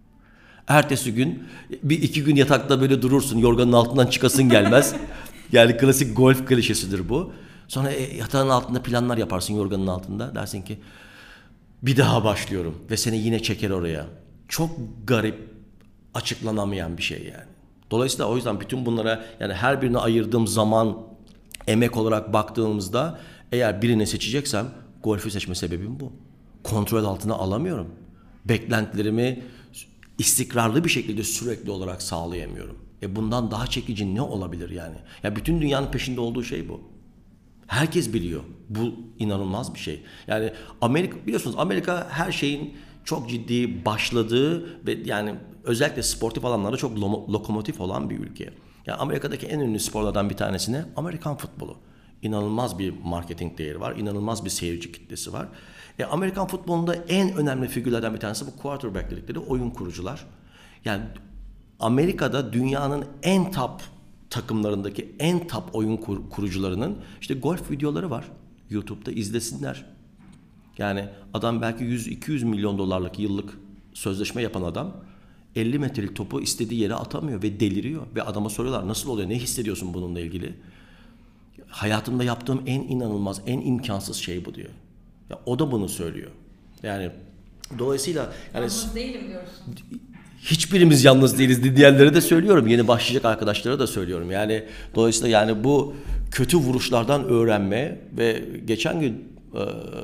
Ertesi gün bir iki gün yatakta böyle durursun, yorganın altından çıkasın gelmez. Yani klasik golf klişesidir bu. Sonra e, yatağın altında planlar yaparsın, yorganın altında. Dersin ki bir daha başlıyorum ve seni yine çeker oraya. Çok garip, açıklanamayan bir şey yani. Dolayısıyla o yüzden bütün bunlara, yani her birine ayırdığım zaman, emek olarak baktığımızda eğer birini seçeceksem golfü seçme sebebim bu. Kontrol altına alamıyorum. Beklentilerimi istikrarlı bir şekilde sürekli olarak sağlayamıyorum. E bundan daha çekici ne olabilir yani? Ya bütün dünyanın peşinde olduğu şey bu. Herkes biliyor. Bu inanılmaz bir şey. Yani Amerika, biliyorsunuz Amerika her şeyin çok ciddi başladığı ve yani özellikle sportif alanlarda çok lo- lokomotif olan bir ülke. Yani Amerika'daki en ünlü sporlardan bir tanesine Amerikan futbolu. İnanılmaz bir marketing değeri var, inanılmaz bir seyirci kitlesi var. E, Amerikan futbolunda en önemli figürlerden bir tanesi bu quarterback dedikleri oyun kurucular. Yani Amerika'da dünyanın en top takımlarındaki en top oyun kur- kurucularının işte golf videoları var. YouTube'da izlesinler. Yani adam belki yüz iki yüz milyon dolarlık yıllık sözleşme yapan adam elli metrelik topu istediği yere atamıyor ve deliriyor. Ve adama soruyorlar nasıl oluyor, ne hissediyorsun bununla ilgili? Hayatımda yaptığım en inanılmaz, en imkansız şey bu diyor. Ya o da bunu söylüyor. Yani dolayısıyla yani Yalnız değilim diyorsun. hiçbirimiz yalnız değiliz. Diğerlere de söylüyorum. Yeni başlayacak arkadaşlara da söylüyorum. Yani dolayısıyla yani bu kötü vuruşlardan öğrenme ve geçen gün e,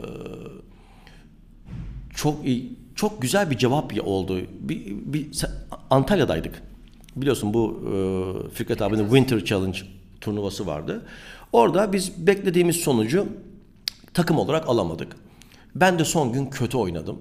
çok iyi, çok güzel bir cevap oldu. Bir, bir Antalya'daydık. Biliyorsun bu e, Fikret abinin Winter Challenge turnuvası vardı. Orada biz beklediğimiz sonucu takım olarak alamadık. Ben de son gün kötü oynadım.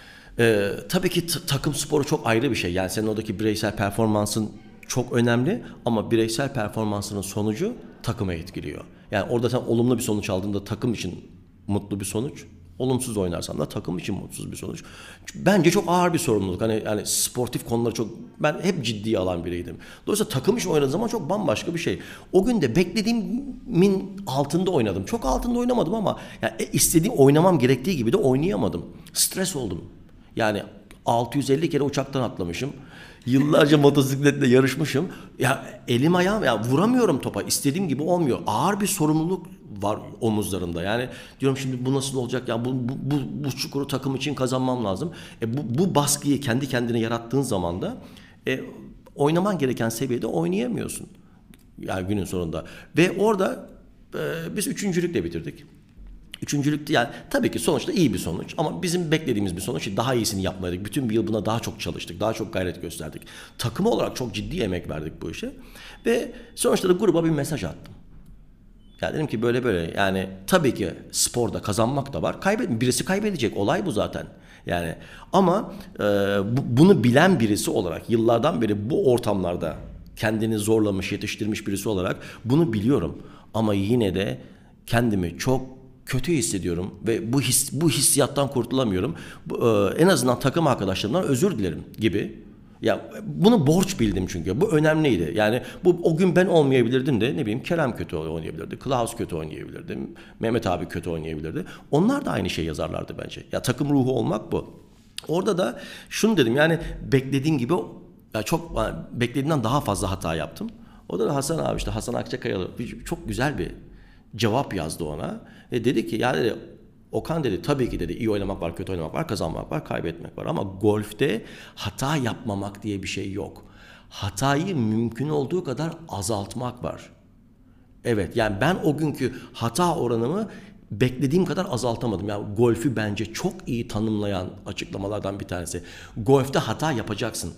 Ee, tabii ki t- takım sporu çok ayrı bir şey. Yani senin oradaki bireysel performansın çok önemli ama bireysel performansının sonucu takımı etkiliyor. Yani orada sen olumlu bir sonuç aldığında takım için mutlu bir sonuç, olumsuz oynarsan da takım için mutsuz bir sonuç. Bence çok ağır bir sorumluluk. Hani yani sportif konuları çok, ben hep ciddiye alan biriydim. Dolayısıyla takım için oynadığım zaman çok bambaşka bir şey. O gün de beklediğimin altında oynadım. Çok altında oynamadım ama yani istediğim, oynamam gerektiği gibi de oynayamadım. Stres oldum. Yani altı yüz elli kere uçaktan atlamışım. Yıllarca motosikletle yarışmışım. Ya elim ayağım, ya vuramıyorum topa. İstediğim gibi olmuyor. Ağır bir sorumluluk var omuzlarımda. Yani diyorum şimdi bu nasıl olacak? Ya bu bu bu, bu çukuru takım için kazanmam lazım. E bu bu baskıyı kendi kendine yarattığın zaman da e, oynaman gereken seviyede oynayamıyorsun. Yani günün sonunda. Ve orada e, biz üçüncülükle bitirdik. Üçüncülükte yani tabii ki sonuçta iyi bir sonuç ama bizim beklediğimiz bir sonuç, daha iyisini yapmalıydık. Bütün bir yıl buna daha çok çalıştık, daha çok gayret gösterdik. Takım olarak çok ciddi emek verdik bu işe ve sonuçta da gruba bir mesaj attım. Yani dedim ki böyle böyle, yani tabii ki sporda kazanmak da var, kaybet birisi kaybedecek, olay bu zaten. Yani ama e, bu, bunu bilen birisi olarak yıllardan beri bu ortamlarda kendini zorlamış, yetiştirmiş birisi olarak bunu biliyorum ama yine de kendimi çok kötü hissediyorum ve bu his, bu hissiyattan kurtulamıyorum. Bu, e, en azından takım arkadaşlarımdan özür dilerim gibi. Ya bunu borç bildim çünkü. Bu önemliydi. Yani bu o gün ben olmayabilirdim de ne bileyim Kerem kötü oynayabilirdi, Klaus kötü oynayabilirdi, Mehmet abi kötü oynayabilirdi. Onlar da aynı şey yazarlardı bence. Ya takım ruhu olmak bu. Orada da şunu dedim, yani beklediğim gibi, ya çok yani beklediğimden daha fazla hata yaptım. O da Hasan abi, işte Hasan Akçakayalı çok güzel bir cevap yazdı ona ve dedi ki ya dedi, Okan dedi, tabii ki dedi iyi oynamak var, kötü oynamak var, kazanmak var, kaybetmek var ama golfte hata yapmamak diye bir şey yok. Hatayı mümkün olduğu kadar azaltmak var. Evet, yani ben o günkü hata oranımı beklediğim kadar azaltamadım. Yani golfü bence çok iyi tanımlayan açıklamalardan bir tanesi. Golfte hata yapacaksın.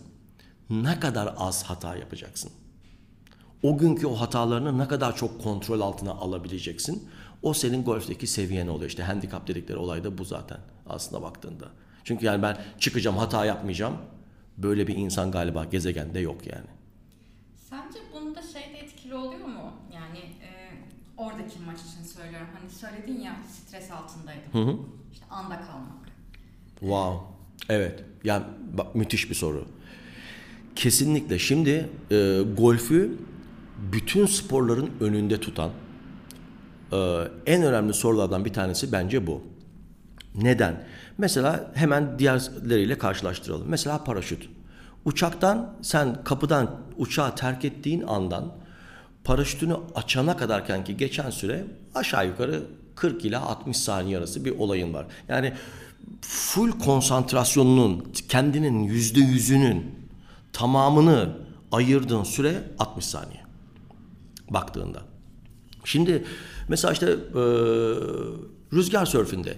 Ne kadar az hata yapacaksın? O günkü o hatalarını ne kadar çok kontrol altına alabileceksin? O senin golfteki seviyen oluyor. İşte handikap dedikleri olay da bu zaten aslında baktığında. Çünkü yani ben çıkacağım, hata yapmayacağım. Böyle bir insan galiba gezegende yok yani. Sence bunda şey de etkili oluyor mu? Yani e, oradaki maç için söylüyorum. Hani söyledin ya, stres altındaydım. Hı hı. İşte anda kalmak. Wow. Evet. Yani bak, müthiş bir soru. Kesinlikle. Şimdi e, golfü bütün sporların önünde tutan e, en önemli sorulardan bir tanesi bence bu. Neden? Mesela hemen diğerleriyle karşılaştıralım. Mesela paraşüt. Uçaktan sen kapıdan uçağı terk ettiğin andan paraşütünü açana kadarken ki geçen süre aşağı yukarı kırk ila altmış saniye arası bir olayın var. Yani full konsantrasyonunun, kendinin yüzde yüzünün tamamını ayırdığın süre altmış saniye baktığında. Şimdi mesela işte e, rüzgar sörfünde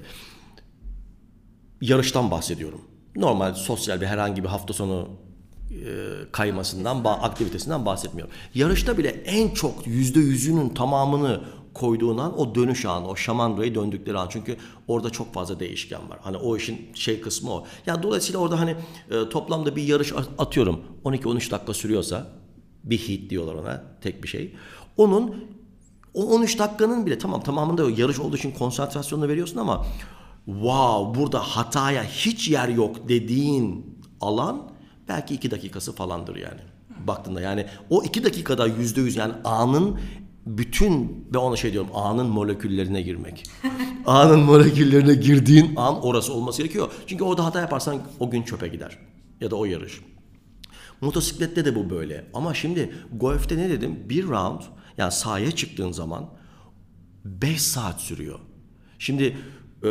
yarıştan bahsediyorum. Normal sosyal bir herhangi bir hafta sonu e, kaymasından, aktivitesinden bahsetmiyorum. Yarışta bile en çok yüzde yüzünün tamamını koyduğun an o dönüş anı, o şamandırayı döndükleri an. Çünkü orada çok fazla değişken var. Hani o işin şey kısmı o. Yani dolayısıyla orada hani e, toplamda bir yarış atıyorum on iki on üç dakika sürüyorsa, bir heat diyorlar ona, tek bir şey. Onun o on üç dakikanın bile tamam tamamında yarış olduğu için konsantrasyonunu veriyorsun ama wow, burada hataya hiç yer yok dediğin alan belki iki dakikası falandır yani. Baktığında yani o iki dakikada yüzde yüz yani anın bütün, ben ona şey diyorum, anın moleküllerine girmek. Anın moleküllerine girdiğin an orası olması gerekiyor. Çünkü orada hata yaparsan o gün çöpe gider. Ya da o yarış. Motosiklette de bu böyle. Ama şimdi golfte ne dedim? Bir round, yani sahaya çıktığın zaman beş saat sürüyor. Şimdi e,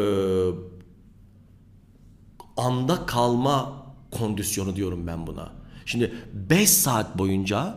anda kalma kondisyonu diyorum ben buna. Şimdi beş saat boyunca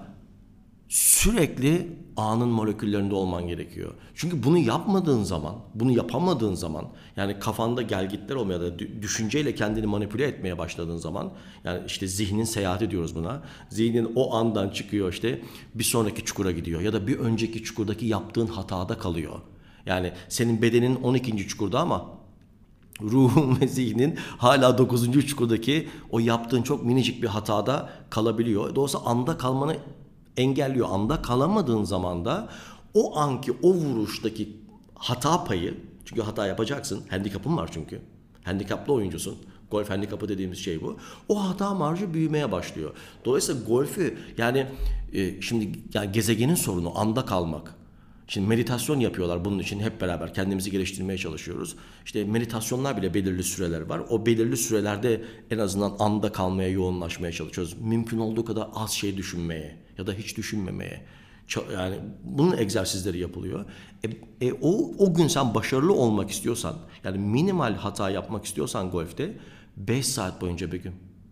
sürekli anın moleküllerinde olman gerekiyor. Çünkü bunu yapmadığın zaman, bunu yapamadığın zaman, yani kafanda gelgitler olmaya da düşünceyle kendini manipüle etmeye başladığın zaman, yani işte zihnin seyahati diyoruz buna. Zihnin o andan çıkıyor, işte bir sonraki çukura gidiyor ya da bir önceki çukurdaki yaptığın hatada kalıyor. Yani senin bedenin on ikinci çukurda ama ruhun ve zihnin hala dokuzuncu çukurdaki o yaptığın çok minicik bir hatada kalabiliyor. Dolayısıyla anda kalmanı engelliyor. Anda kalamadığın zaman da o anki o vuruştaki hata payı, çünkü hata yapacaksın. Handikapın var çünkü. Handikaplı oyuncusun. Golf handikapı dediğimiz şey bu. O hata marjı büyümeye başlıyor. Dolayısıyla golfü yani e, şimdi yani gezegenin sorunu anda kalmak. Şimdi meditasyon yapıyorlar bunun için, hep beraber kendimizi geliştirmeye çalışıyoruz. İşte meditasyonlar bile belirli süreler var. O belirli sürelerde en azından anda kalmaya, yoğunlaşmaya çalışıyoruz. Mümkün olduğu kadar az şey düşünmeye ya da hiç düşünmemeye. Yani bunun egzersizleri yapılıyor. E, e, o, o gün sen başarılı olmak istiyorsan, yani minimal hata yapmak istiyorsan golfte beş saat boyunca bir gün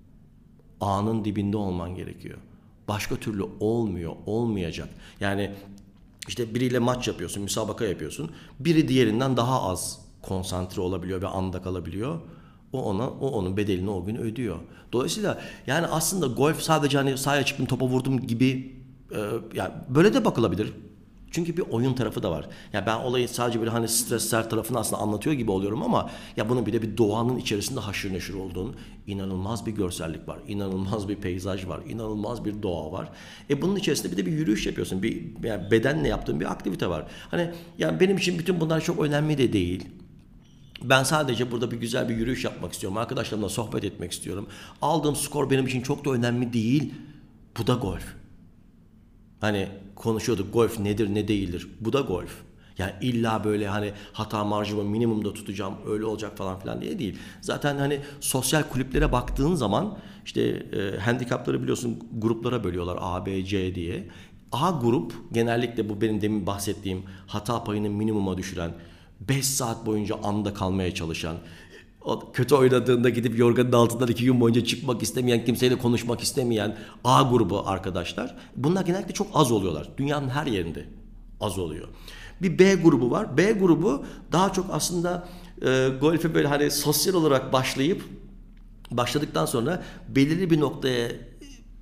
anın dibinde olman gerekiyor. Başka türlü olmuyor, olmayacak. Yani İşte biriyle maç yapıyorsun, müsabaka yapıyorsun. Biri diğerinden daha az konsantre olabiliyor ve anda kalabiliyor. O ona, o onun bedelini o gün ödüyor. Dolayısıyla yani aslında golf sadece hani sahaya çıktım, topa vurdum gibi e, yani böyle de bakılabilir. Çünkü bir oyun tarafı da var. Ya ben olayı sadece böyle hani stresler tarafını aslında anlatıyor gibi oluyorum ama ya bunun bir de bir doğanın içerisinde haşır neşir olduğun inanılmaz bir görsellik var. İnanılmaz bir peyzaj var. İnanılmaz bir doğa var. E bunun içerisinde bir de bir yürüyüş yapıyorsun. Bir yani bedenle yaptığın bir aktivite var. Hani yani benim için bütün bunlar çok önemli de değil. Ben sadece burada bir güzel bir yürüyüş yapmak istiyorum. Arkadaşlarımla sohbet etmek istiyorum. Aldığım skor benim için çok da önemli değil. Bu da golf. Hani konuşuyorduk, golf nedir ne değildir. Bu da golf. Yani illa böyle hani hata marjımı minimumda tutacağım, öyle olacak falan filan diye değil. Zaten hani sosyal kulüplere baktığın zaman işte e, handikapları biliyorsun gruplara bölüyorlar, A, B, C diye. A grup genellikle bu benim demin bahsettiğim hata payını minimuma düşüren, beş saat boyunca anda kalmaya çalışan, o kötü oynadığında gidip yorganın altından iki gün boyunca çıkmak istemeyen, kimseyle konuşmak istemeyen A grubu arkadaşlar. Bunlar genellikle çok az oluyorlar. Dünyanın her yerinde az oluyor. Bir B grubu var. B grubu daha çok aslında e, golfe böyle hani sosyal olarak başlayıp başladıktan sonra belirli bir noktaya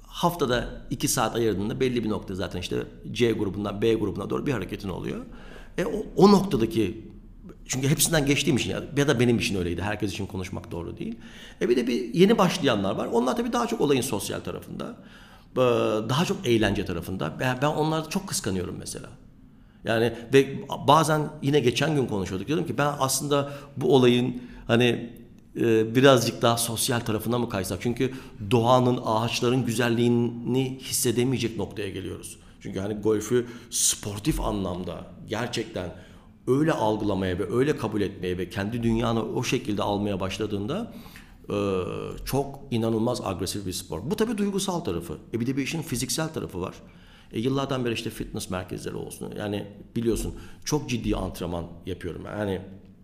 haftada iki saat ayırdığında belli bir nokta zaten işte C grubundan B grubuna doğru bir hareketin oluyor. E o, o noktadaki, çünkü hepsinden geçtiğim için ya, ya da benim için öyleydi. Herkes için konuşmak doğru değil. E bir de bir yeni başlayanlar var. Onlar tabii daha çok olayın sosyal tarafında. Daha çok eğlence tarafında. Ben, ben onları çok kıskanıyorum mesela. Yani ve bazen yine geçen gün konuşuyorduk. Diyordum ki ben aslında bu olayın hani e, birazcık daha sosyal tarafına mı kaysak? Çünkü doğanın, ağaçların güzelliğini hissedemeyecek noktaya geliyoruz. Çünkü hani golfü sportif anlamda gerçekten öyle algılamaya ve öyle kabul etmeye ve kendi dünyanı o şekilde almaya başladığında e, çok inanılmaz agresif bir spor. Bu tabii duygusal tarafı. E bir de bir işin fiziksel tarafı var. E yıllardan beri işte fitness merkezleri olsun. Yani biliyorsun çok ciddi antrenman yapıyorum. Yani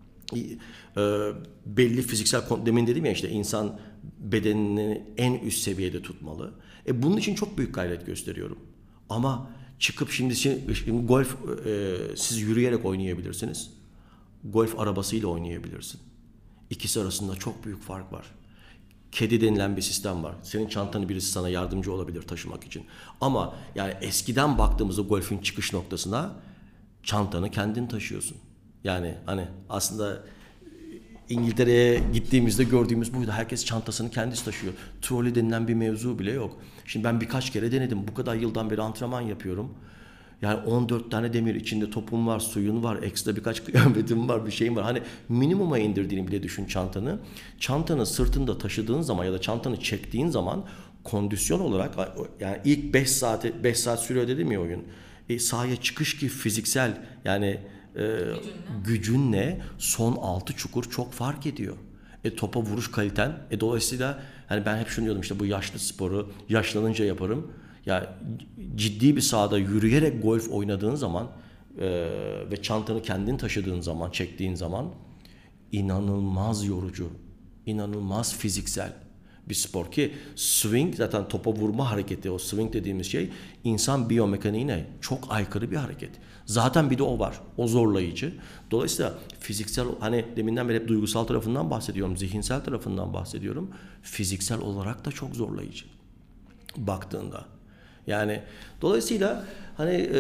e, belli fiziksel, demin dedim ya işte insan bedenini en üst seviyede tutmalı. E bunun için çok büyük gayret gösteriyorum. Ama çıkıp şimdi, şimdi golf e, siz yürüyerek oynayabilirsiniz. Golf arabasıyla oynayabilirsin. İkisi arasında çok büyük fark var. Kedi denilen bir sistem var. Senin çantanı birisi sana yardımcı olabilir taşımak için. Ama yani eskiden baktığımızda golfün çıkış noktasına çantanı kendin taşıyorsun. Yani hani aslında İngiltere'ye gittiğimizde gördüğümüz buydu. Herkes çantasını kendisi taşıyor. Trolley denilen bir mevzu bile yok. Şimdi ben birkaç kere denedim. Bu kadar yıldan beri antrenman yapıyorum. Yani on dört tane demir, içinde topun var, suyun var, ekstra birkaç kıyafetin var, bir şeyin var. Hani minimuma indirdiğini bile düşün çantanı. Çantanı sırtında taşıdığın zaman ya da çantanı çektiğin zaman kondisyon olarak, yani ilk beş saat beş saat sürüyor dedim ya oyun. E, sahaya çıkış ki fiziksel yani e, gücünle son altı çukur çok fark ediyor. E, topa vuruş kaliten. E, dolayısıyla hani ben hep şunu diyordum, işte bu yaşlı sporu yaşlanınca yaparım. Ya ciddi bir sahada yürüyerek golf oynadığın zaman e, ve çantanı kendin taşıdığın zaman, çektiğin zaman inanılmaz yorucu, inanılmaz fiziksel bir spor ki swing, zaten topa vurma hareketi, o swing dediğimiz şey insan biyomekaniğine çok aykırı bir hareket. Zaten bir de o var. O zorlayıcı. Dolayısıyla fiziksel, hani deminden beri hep duygusal tarafından bahsediyorum, zihinsel tarafından bahsediyorum. Fiziksel olarak da çok zorlayıcı baktığında. Yani dolayısıyla hani e,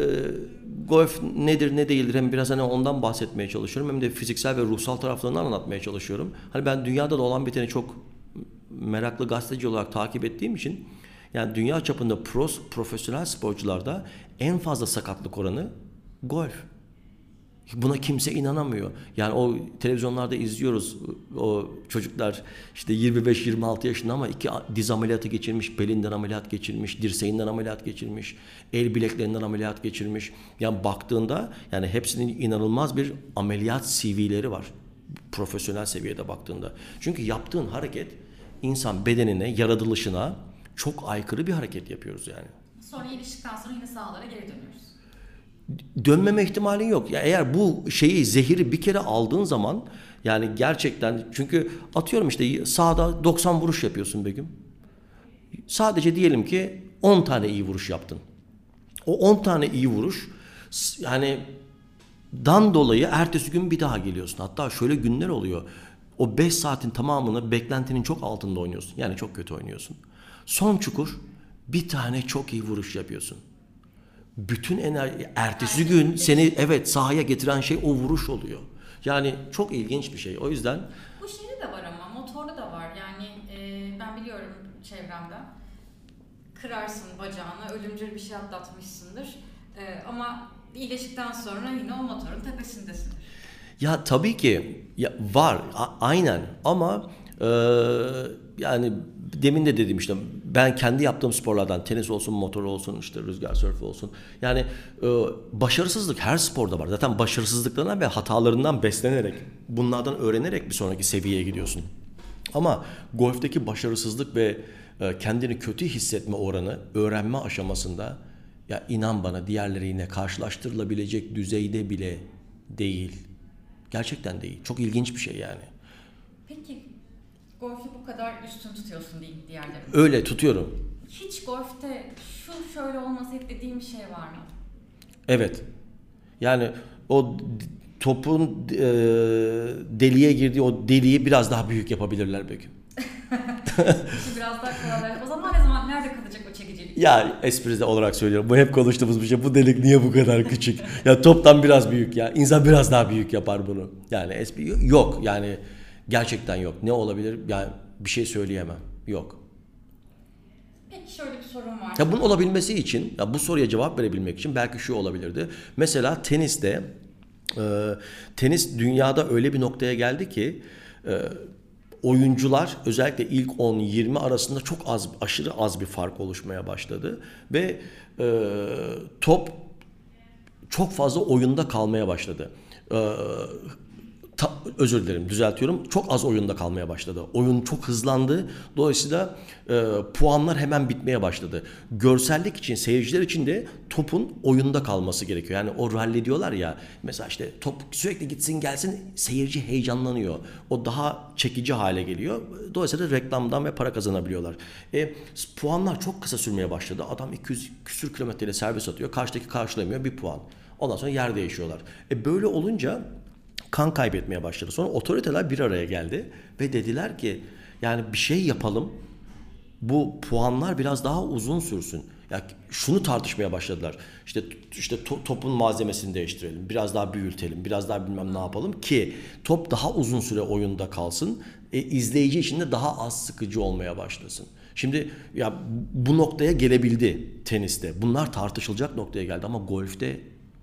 golf nedir ne değildir, hem biraz hani ondan bahsetmeye çalışıyorum hem de fiziksel ve ruhsal taraflarını anlatmaya çalışıyorum. Hani ben dünyada da olan biteni çok meraklı gazeteci olarak takip ettiğim için, yani dünya çapında pros, profesyonel sporcularda en fazla sakatlık oranı golf. Buna kimse inanamıyor. Yani o televizyonlarda izliyoruz, o çocuklar işte yirmi beş yirmi altı yaşında ama iki diz ameliyatı geçirmiş, belinden ameliyat geçirmiş, dirseğinden ameliyat geçirmiş, el bileklerinden ameliyat geçirmiş. Yani baktığında yani hepsinin inanılmaz bir ameliyat C V'leri var. Profesyonel seviyede baktığında. Çünkü yaptığın hareket insan bedenine, yaratılışına çok aykırı bir hareket yapıyoruz yani. Sonra iyileştikten sonra yine sahalara geri dönüyoruz. Dönmeme ihtimalin yok. Ya eğer bu şeyi, zehiri bir kere aldığın zaman, yani gerçekten, çünkü atıyorum işte sahada doksan vuruş yapıyorsun Begüm. Sadece diyelim ki on tane iyi vuruş yaptın. O on tane iyi vuruş yani dan dolayı ertesi gün bir daha geliyorsun. Hatta şöyle günler oluyor. O beş saatin tamamını beklentinin çok altında oynuyorsun. Yani çok kötü oynuyorsun. Son çukur bir tane çok iyi vuruş yapıyorsun. Bütün enerji ertesi gün seni evet sahaya getiren şey o vuruş oluyor. Yani çok ilginç bir şey. O yüzden bu şeyde de var ama motorda da var. Yani e, ben biliyorum çevremden. Kırarsın bacağına, ölümcül bir şey atlatmışsındır. E, ama iyileştikten sonra yine o motorun tepesindesin. Ya tabii ki ya var a- aynen ama e, yani demin de dedim işte ben kendi yaptığım sporlardan, tenis olsun, motor olsun, işte rüzgar sörfü olsun, yani e, başarısızlık her sporda var. Zaten başarısızlıklarından ve hatalarından beslenerek, bunlardan öğrenerek bir sonraki seviyeye gidiyorsun. Ama golfteki başarısızlık ve e, kendini kötü hissetme oranı öğrenme aşamasında, ya inan bana, diğerleriyle karşılaştırılabilecek düzeyde bile değil. Gerçekten değil. Çok ilginç bir şey yani. Peki golfü bu kadar üstün tutuyorsun değil diğerlerine. Öyle tutuyorum. Hiç golfte şu şöyle olmasaydı dediğim bir şey var mı? Evet. Yani o d- topun e, deliğe girdiği o deliği biraz daha büyük yapabilirler belki. İşi biraz daha kolay. O zaman ne zaman nerede kalacak o çekicilik? Ya espride olarak söylüyorum. Bu hep konuştuğumuz bir şey. Bu delik niye bu kadar küçük? Ya toptan biraz büyük ya. İnsan biraz daha büyük yapar bunu. Yani espri yok. Yani gerçekten yok. Ne olabilir? Yani bir şey söyleyemem. Yok. Peki şöyle bir sorun var. Ya bunun olabilmesi için, ya bu soruya cevap verebilmek için belki şu olabilirdi. Mesela teniste, e, tenis dünyada öyle bir noktaya geldi ki e, oyuncular özellikle ilk on yirmi arasında çok az, aşırı az bir fark oluşmaya başladı ve e, top çok fazla oyunda kalmaya başladı. E, Ta, özür dilerim düzeltiyorum. Çok az oyunda kalmaya başladı. Oyun çok hızlandı. Dolayısıyla e, puanlar hemen bitmeye başladı. Görsellik için, seyirciler için de topun oyunda kalması gerekiyor. Yani o rally diyorlar ya. Mesela işte top sürekli gitsin gelsin seyirci heyecanlanıyor. O daha çekici hale geliyor. Dolayısıyla reklamdan ve para kazanabiliyorlar. E, puanlar çok kısa sürmeye başladı. Adam iki yüz küsür kilometreyle servis atıyor. Karşıdaki karşılamıyor bir puan. Ondan sonra yer değişiyorlar. E, böyle olunca kan kaybetmeye başladı. Sonra otoriteler bir araya geldi ve dediler ki yani bir şey yapalım. Bu puanlar biraz daha uzun sürsün. Ya şunu tartışmaya başladılar. İşte işte to- topun malzemesini değiştirelim. Biraz daha büyütelim. Biraz daha bilmem ne yapalım ki top daha uzun süre oyunda kalsın. E, izleyici için de daha az sıkıcı olmaya başlasın. Şimdi ya bu noktaya gelebildi teniste. Bunlar tartışılacak noktaya geldi ama golfte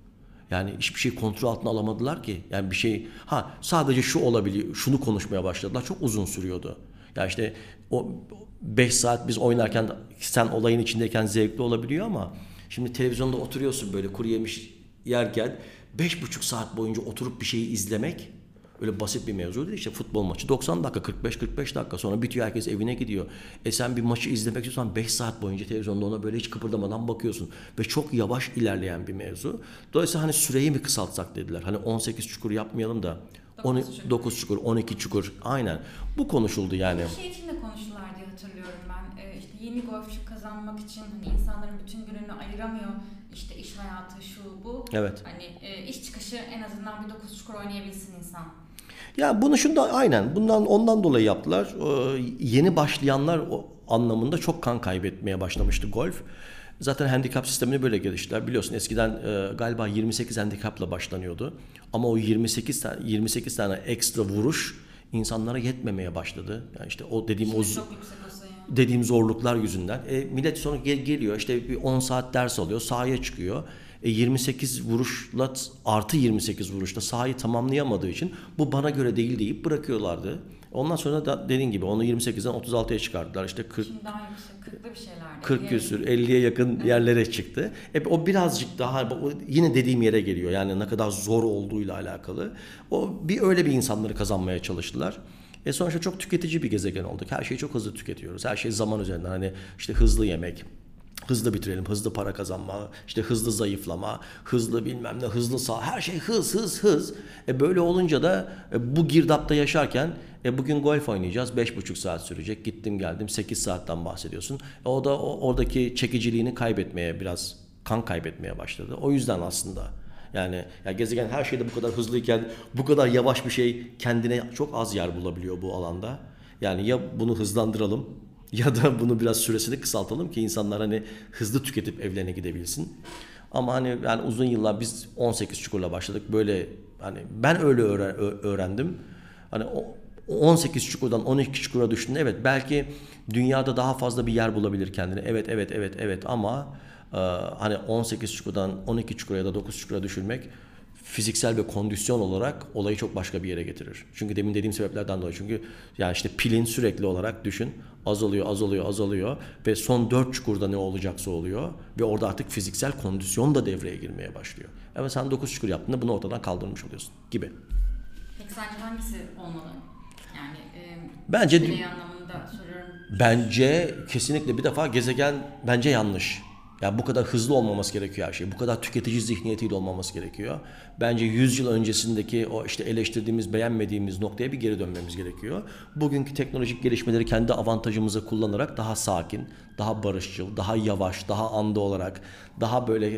yani hiçbir şey kontrol altına alamadılar ki. Yani bir şey ha sadece şu olabiliyor. Şunu konuşmaya başladılar. Çok uzun sürüyordu. Ya işte o beş saat biz oynarken sen olayın içindeyken zevkli olabiliyor ama şimdi televizyonda oturuyorsun böyle kuru yemiş yerken beş buçuk saat boyunca oturup bir şeyi izlemek öyle basit bir mevzu değil. İşte futbol maçı doksan dakika kırk beş kırk beş dakika sonra bitiyor herkes evine gidiyor. E sen bir maçı izlemek istiyorsan beş saat boyunca televizyonda ona böyle hiç kıpırdamadan bakıyorsun. Ve çok yavaş ilerleyen bir mevzu. Dolayısıyla hani süreyi mi kısaltsak dediler. Hani on sekiz çukur yapmayalım da on dokuz çukur on iki çukur aynen. Bu konuşuldu yani. Bir şey için de konuştular diye hatırlıyorum ben. Ee, işte yeni golfçü kazanmak için hani insanların bütün gününü ayıramıyor. İşte iş hayatı şu bu. Evet. Hani e, iş çıkışı en azından bir dokuz çukur oynayabilsin insan. Ya bunu şunda aynen bundan ondan dolayı yaptılar. Ee, yeni başlayanlar o anlamında çok kan kaybetmeye başlamıştı golf. Zaten handikap sistemini böyle geliştirdiler. Biliyorsun eskiden e, galiba yirmi sekiz handikapla başlanıyordu. Ama o yirmi sekiz tane yirmi sekiz tane ekstra vuruş insanlara yetmemeye başladı. Yani işte o dediğim Şimdi o çok yüksek o sayı. dediğim zorluklar yüzünden. E, millet sonra gel- geliyor işte bir on saat ders alıyor sahaya çıkıyor. E, yirmi sekiz vuruşla artı yirmi sekiz vuruşla sahayı tamamlayamadığı için bu bana göre değil deyip bırakıyorlardı. Ondan sonra da dediğin gibi onu yirmi sekizden otuz altıya çıkarttılar. İşte kırk Şimdi daha yüksek, kırklı bir şeylerdi. kırk küsür elliye yakın yerlere çıktı. E, o birazcık daha o yine dediğim yere geliyor. Yani ne kadar zor olduğuyla alakalı. O bir öyle bir insanları kazanmaya çalıştılar. E sonuçta çok tüketici bir gezegen olduk. Her şeyi çok hızlı tüketiyoruz. Her şey zaman üzerinden. Hani işte hızlı yemek, hızlı bitirelim, hızlı para kazanma, işte hızlı zayıflama, hızlı bilmem ne, hızlı sağ, her şey hız hız hız. E böyle olunca da e, bu girdapta yaşarken e bugün golf oynayacağız, beş buçuk saat sürecek. Gittim geldim sekiz saatten bahsediyorsun. E o da o, oradaki çekiciliğini kaybetmeye biraz kan kaybetmeye başladı. O yüzden aslında yani ya gezegen her şeyde bu kadar hızlıyken bu kadar yavaş bir şey kendine çok az yer bulabiliyor bu alanda. Yani ya bunu hızlandıralım ya da bunu biraz süresini kısaltalım ki insanlar hani hızlı tüketip evlerine gidebilsin. Ama hani yani uzun yıllar biz on sekiz çukurla başladık. Böyle hani ben öyle öğrendim. Hani on sekiz çukurdan on iki çukura düştüğünde evet belki dünyada daha fazla bir yer bulabilir kendine. Evet evet evet evet ama e, hani on sekiz çukurdan on iki çukura ya da dokuz çukura düşürmek fiziksel ve kondisyon olarak olayı çok başka bir yere getirir. Çünkü demin dediğim sebeplerden dolayı. Çünkü yani işte pilin sürekli olarak düşün azalıyor, azalıyor, azalıyor ve son dört çukurda ne olacaksa oluyor ve orada artık fiziksel kondisyon da devreye girmeye başlıyor. Ama sen dokuz çukur yaptığında bunu ortadan kaldırmış oluyorsun gibi. Peki sence hangisi olmalı? Yani e, bence birey anlamında soruyorum. Bence kesinlikle bir defa gezegen bence yanlış. Yani bu kadar hızlı olmaması gerekiyor her şey. Bu kadar tüketici zihniyetiyle olmaması gerekiyor. Bence yüz yıl öncesindeki o işte eleştirdiğimiz, beğenmediğimiz noktaya bir geri dönmemiz gerekiyor. Bugünkü teknolojik gelişmeleri kendi avantajımıza kullanarak daha sakin, daha barışçıl, daha yavaş, daha anda olarak, daha böyle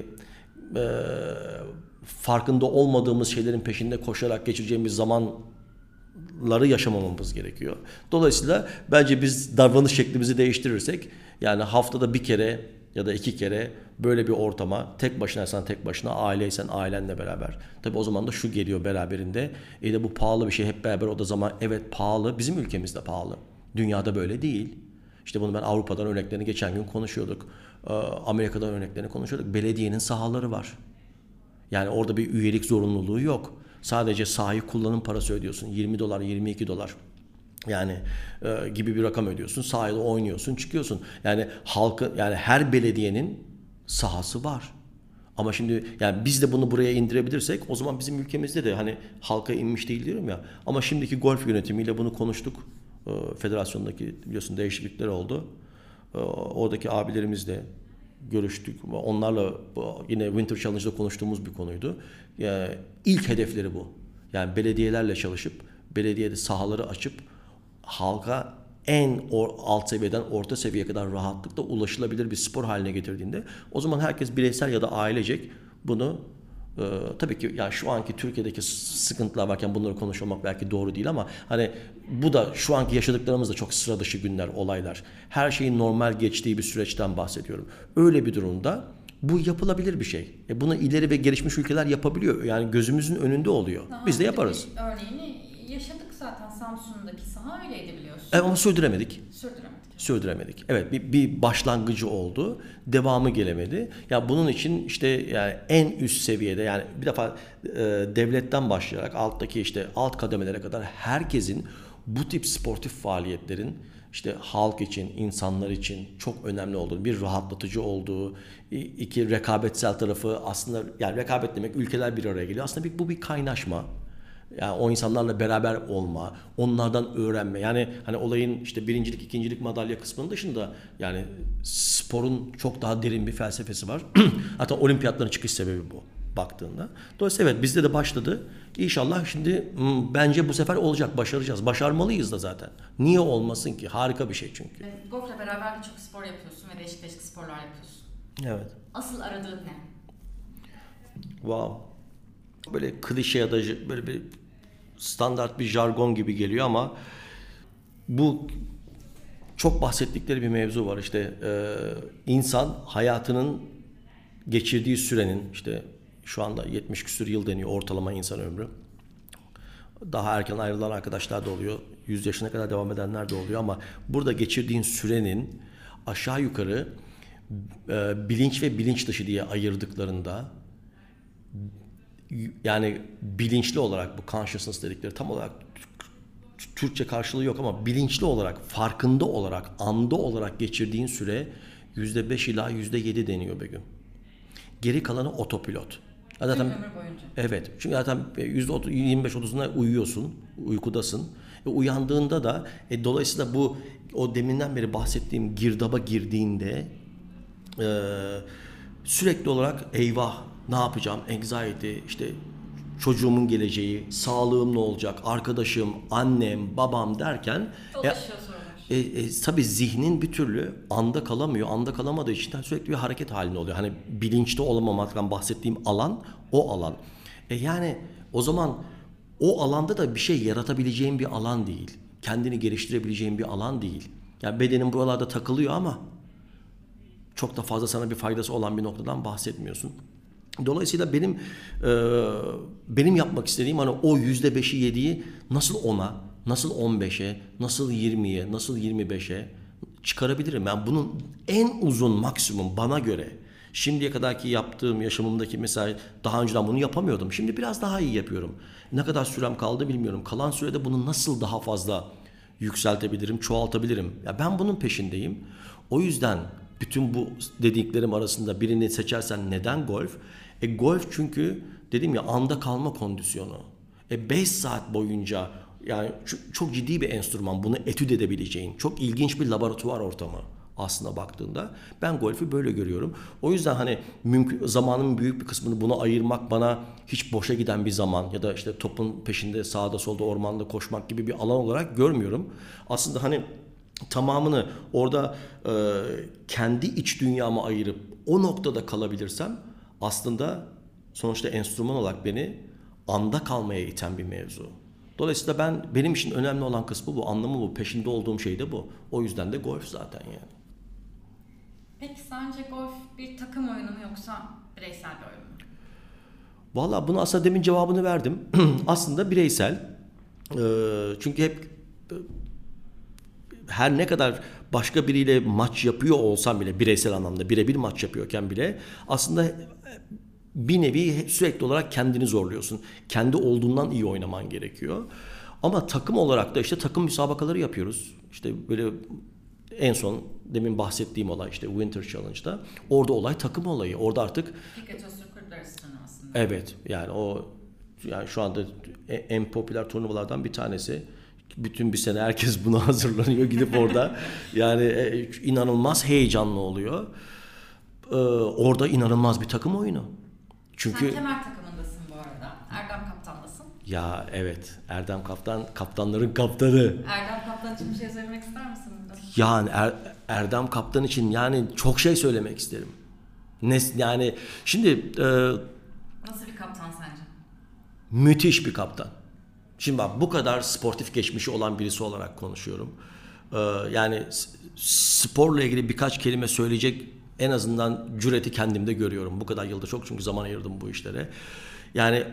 e, farkında olmadığımız şeylerin peşinde koşarak geçireceğimiz zaman ları yaşamamamız gerekiyor. Dolayısıyla bence biz davranış şeklimizi değiştirirsek, yani haftada bir kere ya da iki kere böyle bir ortama, tek başınaysan tek başına, aileysen ailenle beraber. Tabii o zaman da şu geliyor beraberinde. E de bu pahalı bir şey, hep beraber o da zaman, evet pahalı. Bizim ülkemizde pahalı. Dünyada böyle değil. İşte bunu ben Avrupa'dan örneklerini geçen gün konuşuyorduk. Amerika'dan örneklerini konuşuyorduk. Belediyenin sahaları var. Yani orada bir üyelik zorunluluğu yok. Sadece sahayı kullanım parası ödüyorsun. yirmi dolar, yirmi iki dolar. Yani e, gibi bir rakam ödüyorsun. Sahada oynuyorsun, çıkıyorsun. Yani halkı, yani her belediyenin sahası var. Ama şimdi yani biz de bunu buraya indirebilirsek, o zaman bizim ülkemizde de hani halka inmiş değil diyorum ya. Ama şimdiki golf yönetimiyle bunu konuştuk. E, federasyondaki biliyorsun değişiklikler oldu. E, oradaki abilerimizle görüştük. Onlarla yine Winter Challenge'da konuştuğumuz bir konuydu. Yani ilk hedefleri bu. Yani belediyelerle çalışıp, belediyede sahaları açıp halka en or- alt seviyeden orta seviyeye kadar rahatlıkla ulaşılabilir bir spor haline getirdiğinde, o zaman herkes bireysel ya da ailecek bunu e, tabii ki yani şu anki Türkiye'deki sıkıntılar varken bunları konuşmak belki doğru değil, ama hani bu da şu anki yaşadıklarımız da çok sıra dışı günler, olaylar. Her şeyin normal geçtiği bir süreçten bahsediyorum. Öyle bir durumda bu yapılabilir bir şey. E bunu ileri ve gelişmiş ülkeler yapabiliyor. Yani gözümüzün önünde oluyor. Daha Biz de önce yaparız. bir örneğini yaşadık zaten, Samsun'daki saha öyleydi biliyorsun. E ama sürdüremedik. Sürdüremedik. Sürdüremedik. Evet, bir, bir başlangıcı oldu. Devamı gelemedi. Ya bunun için işte yani en üst seviyede, yani bir defa e, devletten başlayarak alttaki işte alt kademelere kadar herkesin bu tip sportif faaliyetlerin işte halk için, insanlar için çok önemli olduğu, bir rahatlatıcı olduğu, iki rekabetsel tarafı, aslında yani rekabet demek ülkeler bir araya geliyor. Aslında bir, bu bir kaynaşma. Yani o insanlarla beraber olma, onlardan öğrenme. Yani hani olayın işte birincilik, ikincilik madalya kısmının dışında yani sporun çok daha derin bir felsefesi var. Hatta olimpiyatların çıkış sebebi bu baktığında. Dolayısıyla evet, bizde de başladı. İnşallah şimdi bence bu sefer olacak, başaracağız. Başarmalıyız da zaten. Niye olmasın ki? Harika bir şey çünkü. Golf'la beraber birçok spor yapıyorsun ve değişik değişik sporlar yapıyorsun. Evet. Asıl aradığın ne? Wow. Böyle klişe ya da böyle bir standart bir jargon gibi geliyor ama bu çok bahsettikleri bir mevzu var. İşte e, insan hayatının geçirdiği sürenin, işte şu anda yetmiş küsur yıl deniyor ortalama insan ömrü. Daha erken ayrılan arkadaşlar da oluyor. yüz yaşına kadar devam edenler de oluyor, ama burada geçirdiğin sürenin aşağı yukarı e, bilinç ve bilinç dışı diye ayırdıklarında, yani bilinçli olarak, bu consciousness dedikleri tam olarak Türkçe karşılığı yok ama bilinçli olarak, farkında olarak, anda olarak geçirdiğin süre yüzde beş ila yüzde yedi deniyor Begüm. Geri kalanı otopilot. Zaten, ömür boyunca. evet. Çünkü zaten yüzde yirmi beş otuzuna uyuyorsun, uykudasın. E, uyandığında da e, dolayısıyla bu o deminden beri bahsettiğim girdaba girdiğinde e, sürekli olarak eyvah, ne yapacağım, anxiety, işte çocuğumun geleceği, sağlığım ne olacak, arkadaşım, annem, babam derken Dolaşıyor sorular. E, e, tabii zihnin bir türlü anda kalamıyor. Anda kalamadığı için sürekli bir hareket halinde oluyor. Hani bilinçli olamamaktan bahsettiğim alan o alan. E yani o zaman o alanda da bir şey yaratabileceğin bir alan değil. Kendini geliştirebileceğin bir alan değil. Yani bedenin buralarda takılıyor ama çok da fazla sana bir faydası olan bir noktadan bahsetmiyorsun. Dolayısıyla benim e, benim yapmak istediğim hani o yüzde beşi yediği nasıl ona, nasıl on beşe, nasıl yirmiye, nasıl yirmi beşe çıkarabilirim. Ben bunun en uzun maksimum bana göre şimdiye kadarki yaptığım yaşamımdaki, mesela daha önceden bunu yapamıyordum. Şimdi biraz daha iyi yapıyorum. Ne kadar sürem kaldı bilmiyorum. Kalan sürede bunu nasıl daha fazla yükseltebilirim, çoğaltabilirim. Ya ben bunun peşindeyim. O yüzden bütün bu dediklerim arasında birini seçersen neden golf? E golf çünkü dedim ya, anda kalma kondisyonu. E beş saat boyunca, yani çok, çok ciddi bir enstrüman, bunu etüt edebileceğin çok ilginç bir laboratuvar ortamı aslında baktığında. Ben golfü böyle görüyorum. O yüzden hani mümkün, zamanın büyük bir kısmını buna ayırmak bana hiç boşa giden bir zaman ya da işte topun peşinde sağda solda ormanda koşmak gibi bir alan olarak görmüyorum. Aslında hani tamamını orada e, kendi iç dünyama ayırıp o noktada kalabilirsem aslında sonuçta enstrüman olarak beni anda kalmaya iten bir mevzu. Dolayısıyla ben benim için önemli olan kısmı bu, anlamı bu, peşinde olduğum şey de bu. O yüzden de golf zaten yani. Peki sence golf bir takım oyunu mu yoksa bireysel bir oyun mu? Vallahi bunu aslında demin cevabını verdim. Aslında bireysel. Ee, çünkü hep her ne kadar başka biriyle maç yapıyor olsam bile, bireysel anlamda birebir maç yapıyorken bile aslında bir nevi hep sürekli olarak kendini zorluyorsun. Kendi olduğundan iyi oynaman gerekiyor. Ama takım olarak da işte takım müsabakaları yapıyoruz. İşte böyle en son demin bahsettiğim olay işte Winter Challenge'da. Orada olay takım olayı. Orada artık Pikachu Kulüpler Arası turnuvasında. evet yani o yani şu anda en popüler turnuvalardan bir tanesi. Bütün bir sene herkes buna hazırlanıyor gidip orada. Yani inanılmaz heyecanlı oluyor. Ee, orada inanılmaz bir takım oyunu. Çünkü sen kemer takımındasın bu arada. Erdem kaptandasın. ya evet Erdem kaptan kaptanların kaptanı. Erdem kaptan için bir şey söylemek ister misin burada? Yani er, Erdem kaptan için yani çok şey söylemek isterim. Ne yani şimdi e, Nasıl bir kaptan sence? müthiş bir kaptan. Şimdi bak bu kadar sportif geçmişi olan birisi olarak konuşuyorum. Ee, yani sporla ilgili birkaç kelime söyleyecek en azından cüreti kendimde görüyorum. Bu kadar yılda çok çünkü zaman ayırdım bu işlere. Yani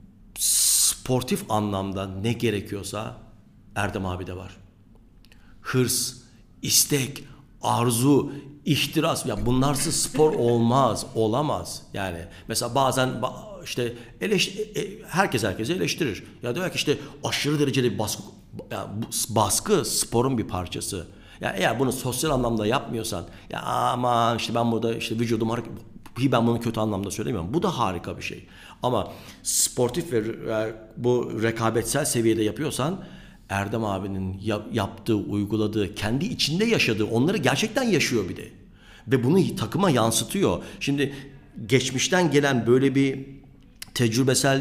sportif anlamda ne gerekiyorsa Erdem abi de var. Hırs, istek, arzu, ihtiras ya bunlarsız spor olmaz, olamaz. Yani mesela bazen işte eleş, herkes herkese eleştirir. Ya diyor ki işte aşırı derecede bir baskı, yani baskı sporun bir parçası. Ya eğer bunu sosyal anlamda yapmıyorsan ya aman işte ben burada işte vücudum hareket, ben bunu kötü anlamda söylemiyorum. Bu da harika bir şey. Ama sportif ve bu rekabetsel seviyede yapıyorsan Erdem abinin yaptığı, uyguladığı, kendi içinde yaşadığı, onları gerçekten yaşıyor bir de. Ve bunu takıma yansıtıyor. Şimdi geçmişten gelen böyle bir tecrübesel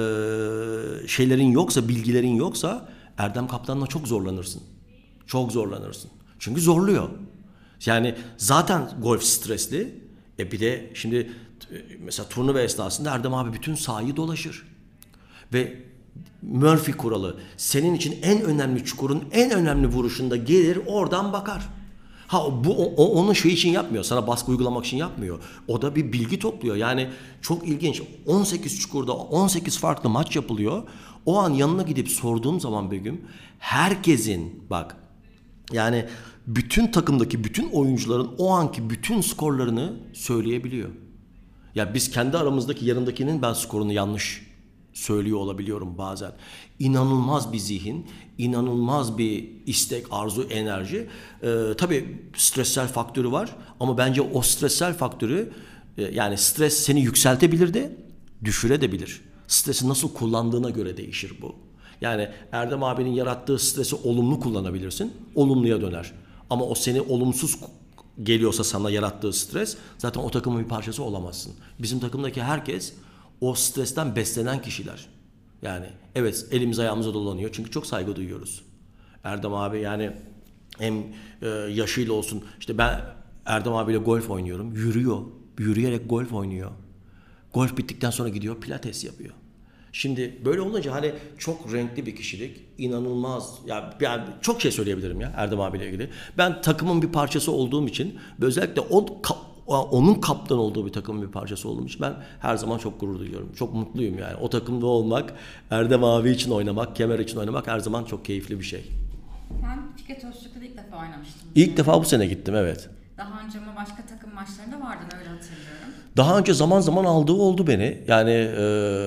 e, şeylerin yoksa, bilgilerin yoksa Erdem Kaptan'la çok zorlanırsın. Çok zorlanırsın. Çünkü zorluyor. Yani zaten golf stresli. E bir de şimdi mesela turnuva esnasında Erdem abi bütün sahayı dolaşır. Ve Murphy kuralı senin için en önemli çukurun en önemli vuruşunda gelir oradan bakar. Ha bu o, onun şey için yapmıyor. Sana baskı uygulamak için yapmıyor. O da bir bilgi topluyor. Yani çok ilginç. on sekiz çukurda on sekiz farklı maç yapılıyor. O an yanına gidip sorduğum zaman Begüm herkesin bak yani bütün takımdaki bütün oyuncuların o anki bütün skorlarını söyleyebiliyor. Ya biz kendi aramızdaki yanındakinin ben skorunu yanlış söylüyor olabiliyorum bazen. İnanılmaz bir zihin, inanılmaz bir istek, arzu, enerji. Ee, tabii stressel faktörü var ama bence o stressel faktörü e, yani stres seni yükseltebilir de düşürebilir. Stresi nasıl kullandığına göre değişir bu. Yani Erdem abinin yarattığı stresi olumlu kullanabilirsin, olumluya döner. Ama o seni olumsuz geliyorsa sana yarattığı stres zaten o takımın bir parçası olamazsın. Bizim takımdaki herkes o stresten beslenen kişiler. Yani evet elimiz ayağımıza dolanıyor çünkü çok saygı duyuyoruz. Erdem abi yani hem e, yaşıyla olsun işte ben Erdem abiyle golf oynuyorum. Yürüyor. Yürüyerek golf oynuyor. Golf bittikten sonra gidiyor pilates yapıyor. Şimdi böyle olunca hani çok renkli bir kişilik. İnanılmaz. Ya yani çok şey söyleyebilirim ya Erdem abiyle ilgili. Ben takımın bir parçası olduğum için ve özellikle o onun kaptan olduğu bir takımın bir parçası olduğum için ben her zaman çok gurur duyuyorum. Çok mutluyum yani. O takımda olmak, Erdem abi için oynamak, kemer için oynamak her zaman çok keyifli bir şey. Sen Fikret Öztürk'le ilk defa oynamıştın. İlk defa bu sene gittim evet. Daha önce ama başka takım maçlarında vardın öyle hatırlıyorum. Daha önce zaman zaman aldığı oldu beni. Yani e,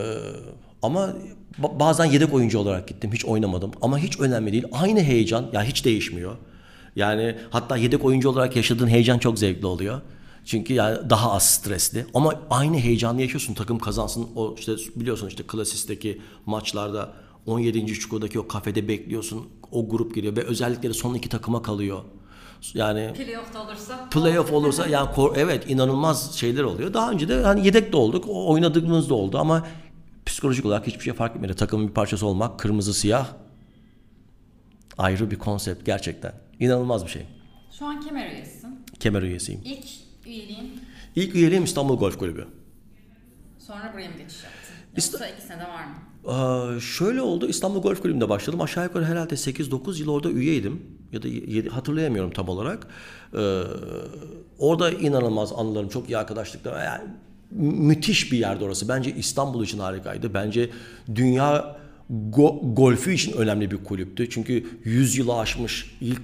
ama bazen yedek oyuncu olarak gittim. Hiç oynamadım. Ama hiç önemli değil. Aynı heyecan. Yani hiç değişmiyor. Yani hatta yedek oyuncu olarak yaşadığın heyecan çok zevkli oluyor. Çünkü yani daha az stresli. Ama aynı heyecanı yaşıyorsun. Takım kazansın. O işte biliyorsun işte Klasis'teki maçlarda on yedinci çukurdaki o kafede bekliyorsun. O grup geliyor ve özellikle de son iki takıma kalıyor. Yani playoff'ta olursa playoff olursa yani evet inanılmaz şeyler oluyor. Daha önce de hani yedek de olduk. Oynadığımız da oldu ama psikolojik olarak hiçbir şey fark etmedi. Takımın bir parçası olmak, kırmızı siyah ayrı bir konsept gerçekten. İnanılmaz bir şey. Şu an kemer üyesisin. Kemer üyesiyim. İlk üyeliğin? İlk üyeliğim İstanbul Golf Kulübü. Sonra buraya mı geçiş yaptın? Yoksa İst- iki sene var mı? Ee, şöyle oldu. İstanbul Golf Kulübü'nde başladım. Aşağı yukarı herhalde sekiz dokuz yıl orada üyeydim. Ya da yedi, hatırlayamıyorum tam olarak. Ee, orada inanılmaz anılarım, çok iyi arkadaşlıklar. Yani müthiş bir yerdi orası. Bence İstanbul için harikaydı. Bence dünya go- golfü için önemli bir kulüptü. Çünkü yüz yılı aşmış ilk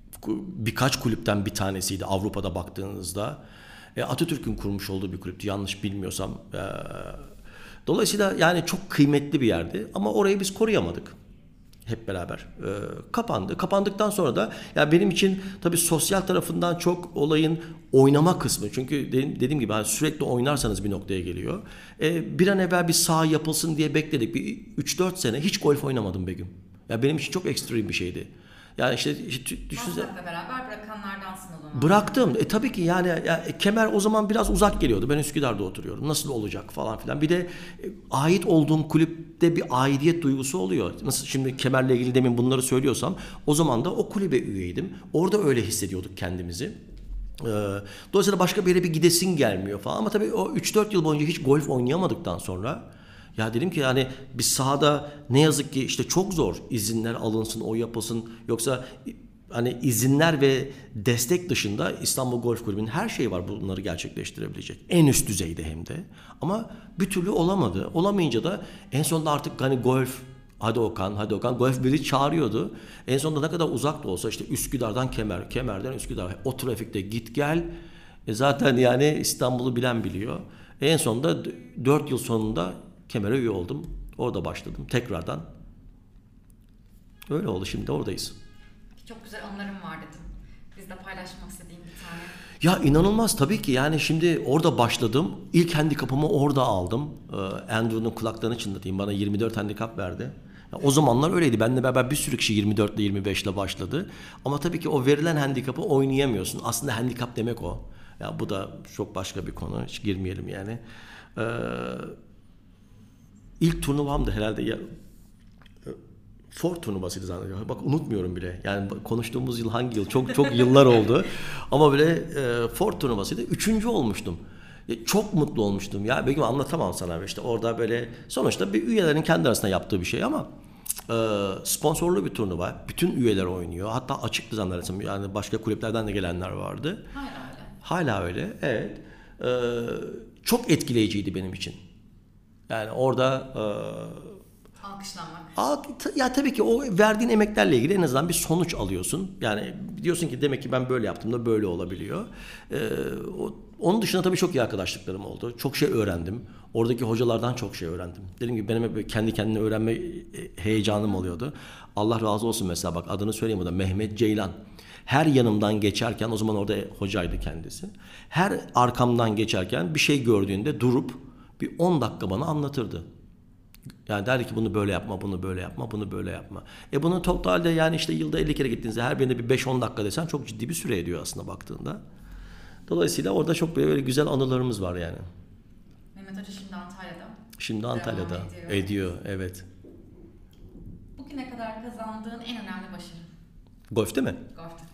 birkaç kulüpten bir tanesiydi Avrupa'da baktığınızda. E, Atatürk'ün kurmuş olduğu bir kulüptü yanlış bilmiyorsam. E, dolayısıyla yani çok kıymetli bir yerdi ama orayı biz koruyamadık hep beraber. E, kapandı. Kapandıktan sonra da ya benim için tabii sosyal tarafından çok olayın oynama kısmı. Çünkü dediğim, dediğim gibi hani sürekli oynarsanız bir noktaya geliyor. E, bir an evvel bir saha yapılsın diye bekledik. Bir üç dört sene hiç golf oynamadım Begüm. Ya benim için çok ekstrem bir şeydi. Yani işte, işte düşünsene. Maslak'la beraber bırakanlardansın o zaman. Bıraktım. E tabii ki yani ya, Kemer o zaman biraz uzak geliyordu. Ben Üsküdar'da oturuyorum. Nasıl olacak falan filan. Bir de e, ait olduğum kulüpte bir aidiyet duygusu oluyor. Nasıl şimdi Kemer'le ilgili demin bunları söylüyorsam o zaman da o kulübe üyeydim. Orada öyle hissediyorduk kendimizi. Ee, dolayısıyla başka bir yere bir gidesin gelmiyor falan. Ama tabii o üç dört yıl boyunca hiç golf oynayamadıktan sonra ya dedim ki yani bir sahada ne yazık ki işte çok zor izinler alınsın, o yapılsın. Yoksa hani izinler ve destek dışında İstanbul Golf Kulübü'nün her şeyi var bunları gerçekleştirebilecek. En üst düzeyde hem de. Ama bir türlü olamadı. Olamayınca da en sonunda artık hani golf, hadi Okan, hadi Okan, golf biri çağırıyordu. En sonunda ne kadar uzak da olsa işte Üsküdar'dan Kemer, Kemer'den Üsküdar. O trafikte git gel. E zaten yani İstanbul'u bilen biliyor. En sonunda dört yıl sonunda Kemer'e üye oldum. Orada başladım tekrardan. Öyle oldu, şimdi oradayız. Çok güzel anılarım var dedim. Biz de paylaşmak istediğim bir tane. Ya inanılmaz tabii ki yani şimdi orada başladım. İlk handikapımı orada aldım. Ee, Andrew'nun kulaklarını çınlatayım, bana yirmi dört handikap verdi. Ya o zamanlar öyleydi. Benimle beraber bir sürü kişi yirmi dört ile yirmi beş ile başladı. Ama tabii ki o verilen handikapı oynayamıyorsun. Aslında handikap demek o. Ya bu da çok başka bir konu. Hiç girmeyelim yani. Ee, ilk turnuvam da herhalde ya Ford turnuvasıydı zannediyorum. Bak unutmuyorum bile. Yani konuştuğumuz yıl hangi yıl? Çok çok yıllar oldu. Ama böyle e, Ford turnuvasıydı. Üçüncü olmuştum. Ya, çok mutlu olmuştum. Ya Begüm anlatamam sana. İşte orada böyle sonuçta bir üyelerin kendi arasında yaptığı bir şey ama e, sponsorlu bir turnuva. Bütün üyeler oynuyor. Hatta açıktı zannedersem. Yani başka kulüplerden de gelenler vardı. Hala öyle. Hala öyle. Evet. E, çok etkileyiciydi benim için. Yani orada e, alkışlanmak. ya tabii ki o verdiğin emeklerle ilgili en azından bir sonuç alıyorsun. Yani diyorsun ki demek ki ben böyle yaptım da böyle olabiliyor. Ee, o, onun dışında tabii çok iyi arkadaşlıklarım oldu. Çok şey öğrendim. Oradaki hocalardan çok şey öğrendim. Dediğim gibi benim hep kendi kendine öğrenme heyecanım oluyordu. Allah razı olsun mesela bak adını söyleyeyim o da Mehmet Ceylan. Her yanımdan geçerken o zaman orada hocaydı kendisi. Her arkamdan geçerken bir şey gördüğünde durup bir on dakika bana anlatırdı. Yani derdi ki bunu böyle yapma, bunu böyle yapma, bunu böyle yapma. E bunun totalde yani işte yılda elli kere gittiğinizde her birinde bir beş on dakika desen çok ciddi bir süre ediyor aslında baktığında. Dolayısıyla orada çok böyle, böyle güzel anılarımız var yani. Mehmet Hoca şimdi Antalya'da. Şimdi Antalya'da ediyor. ediyor, evet. Bugüne kadar kazandığın en önemli başarı? Golf'te mi? Golf'te.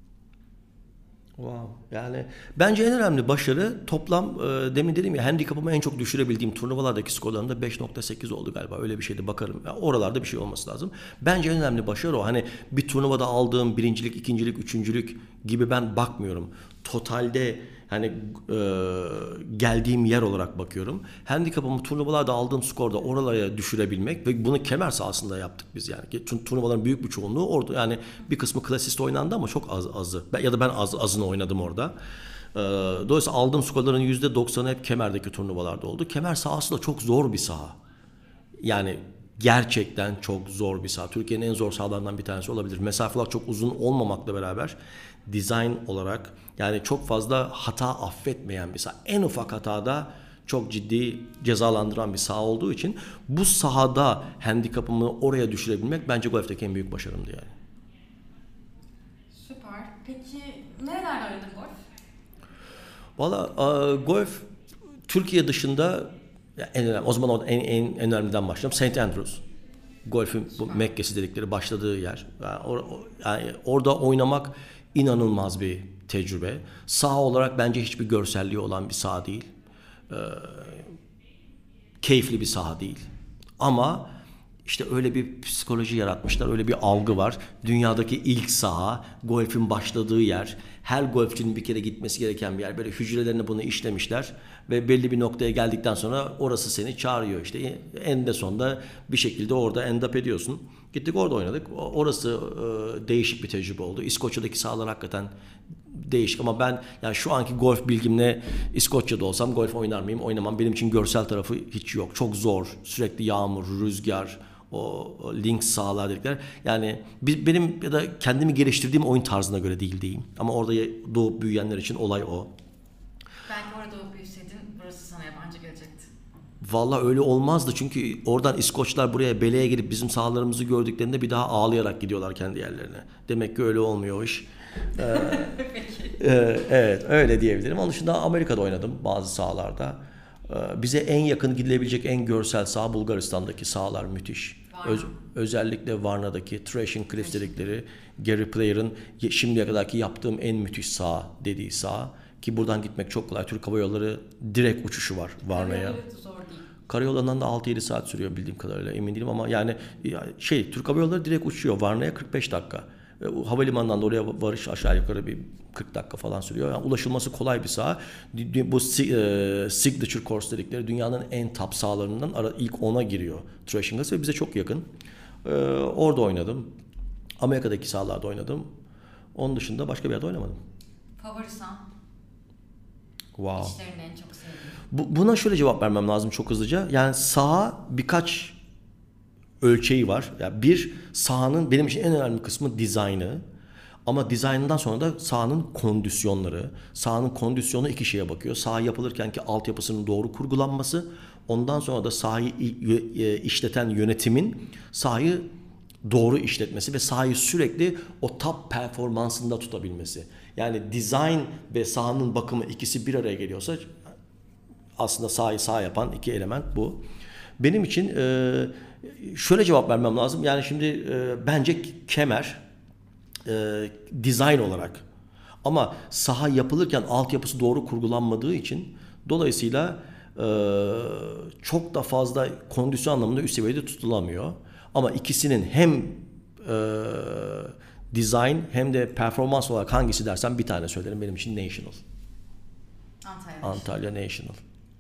Wow. Yani bence en önemli başarı toplam e, demin dedim ya handikapımı en çok düşürebildiğim turnuvalardaki skorlarımda beş nokta sekiz oldu galiba. Öyle bir şeydi bakarım. Yani oralarda bir şey olması lazım. Bence en önemli başarı o. Hani bir turnuvada aldığım birincilik, ikincilik, üçüncülük gibi ben bakmıyorum. Totalde hani e, geldiğim yer olarak bakıyorum. Handikapımı turnuvalarda aldığım skorda oralara düşürebilmek ve bunu kemer sahasında yaptık biz yani. Çünkü turnuvaların büyük bir çoğunluğu orada yani bir kısmı klasist oynandı ama çok az azı. Ya da ben az azını oynadım orada. E, dolayısıyla aldığım skorların yüzde doksanı hep kemerdeki turnuvalarda oldu. Kemer sahası da çok zor bir saha. Yani gerçekten çok zor bir saha. Türkiye'nin en zor sahalarından bir tanesi olabilir. Mesafeler çok uzun olmamakla beraber dizayn olarak yani çok fazla hata affetmeyen bir saha. En ufak hatada çok ciddi cezalandıran bir saha olduğu için bu sahada handikapımı oraya düşürebilmek bence golfteki en büyük başarımdı yani. Süper. Peki nerelerde oynadın golf? Valla golf Türkiye dışında en önemli, o zaman en, en, en önemliden başlayalım. Saint Andrews. Golfün bu Mekke'si dedikleri başladığı yer. Yani, or, yani orada oynamak inanılmaz bir tecrübe. Saha olarak bence hiçbir görselliği olan bir saha değil. Ee, keyifli bir saha değil. Ama işte öyle bir psikoloji yaratmışlar, öyle bir algı var. Dünyadaki ilk saha, golfün başladığı yer, her golfçünün bir kere gitmesi gereken bir yer. Böyle hücrelerine bunu işlemişler ve belli bir noktaya geldikten sonra orası seni çağırıyor. İşte eninde sonunda bir şekilde orada end up ediyorsun. Gittik orada oynadık. Orası e, değişik bir tecrübe oldu. İskoçya'daki sahalar hakikaten değişik ama ben yani şu anki golf bilgimle İskoçya'da olsam golf oynar mıyım? Oynamam. Benim için görsel tarafı hiç yok. Çok zor. Sürekli yağmur, rüzgar, o, o links sahalar dedikler. Yani benim ya da kendimi geliştirdiğim oyun tarzına göre değil diyeyim. Ama orada doğup büyüyenler için olay o. Belki orada doğup büyüseydin burası sana yabancı gelecekti. Vallahi öyle olmazdı çünkü oradan İskoçlar buraya Bele'ye gelip bizim sahalarımızı gördüklerinde bir daha ağlayarak gidiyorlar kendi yerlerine. Demek ki öyle olmuyor o iş. Ee, e, evet öyle diyebilirim. Onun dışında Amerika'da oynadım bazı sahalarda. Ee, bize en yakın gidilebilecek en görsel saha Bulgaristan'daki sahalar müthiş. Öz, özellikle Varna'daki Thrashing Cliff dedikleri Gary Player'ın şimdiye kadarki yaptığım en müthiş saha dediği saha. Ki buradan gitmek çok kolay. Türk Hava Yolları direkt uçuşu var Varna'ya. Karayollarından da altı yedi saat sürüyor bildiğim kadarıyla, emin değilim ama yani şey Türk Hava Yolları direkt uçuyor Varna'ya kırk beş dakika. Havalimanından da oraya varış aşağı yukarı bir kırk dakika falan sürüyor. Yani ulaşılması kolay bir saha. Bu Signature Course dedikleri dünyanın en top sahalarından ilk ona giriyor Thrashing ve bize çok yakın. Orada oynadım. Amerika'daki sahalarda oynadım. Onun dışında başka bir yerde oynamadım. Favori saha? Wow. İşlerini en çok sevdiğin. Bu, buna şöyle cevap vermem lazım çok hızlıca. Yani saha birkaç ölçeği var. Yani bir, sahanın benim için en önemli kısmı dizaynı. Ama dizaynından sonra da sahanın kondisyonları. Sahanın kondisyonu iki şeye bakıyor. Saha yapılırken ki altyapısının doğru kurgulanması. Ondan sonra da sahayı işleten yönetimin sahayı doğru işletmesi ve sahayı sürekli o top performansında tutabilmesi. Yani dizayn ve sahanın bakımı ikisi bir araya geliyorsa aslında sahayı saha yapan iki element bu. Benim için şöyle cevap vermem lazım. Yani şimdi bence kemer dizayn olarak ama saha yapılırken altyapısı doğru kurgulanmadığı için dolayısıyla çok da fazla kondisyon anlamında üst seviyede tutulamıyor. Ama ikisinin hem e, design hem de performans olarak hangisi dersen bir tane söylerim. Benim için National. Antalya. Antalya National.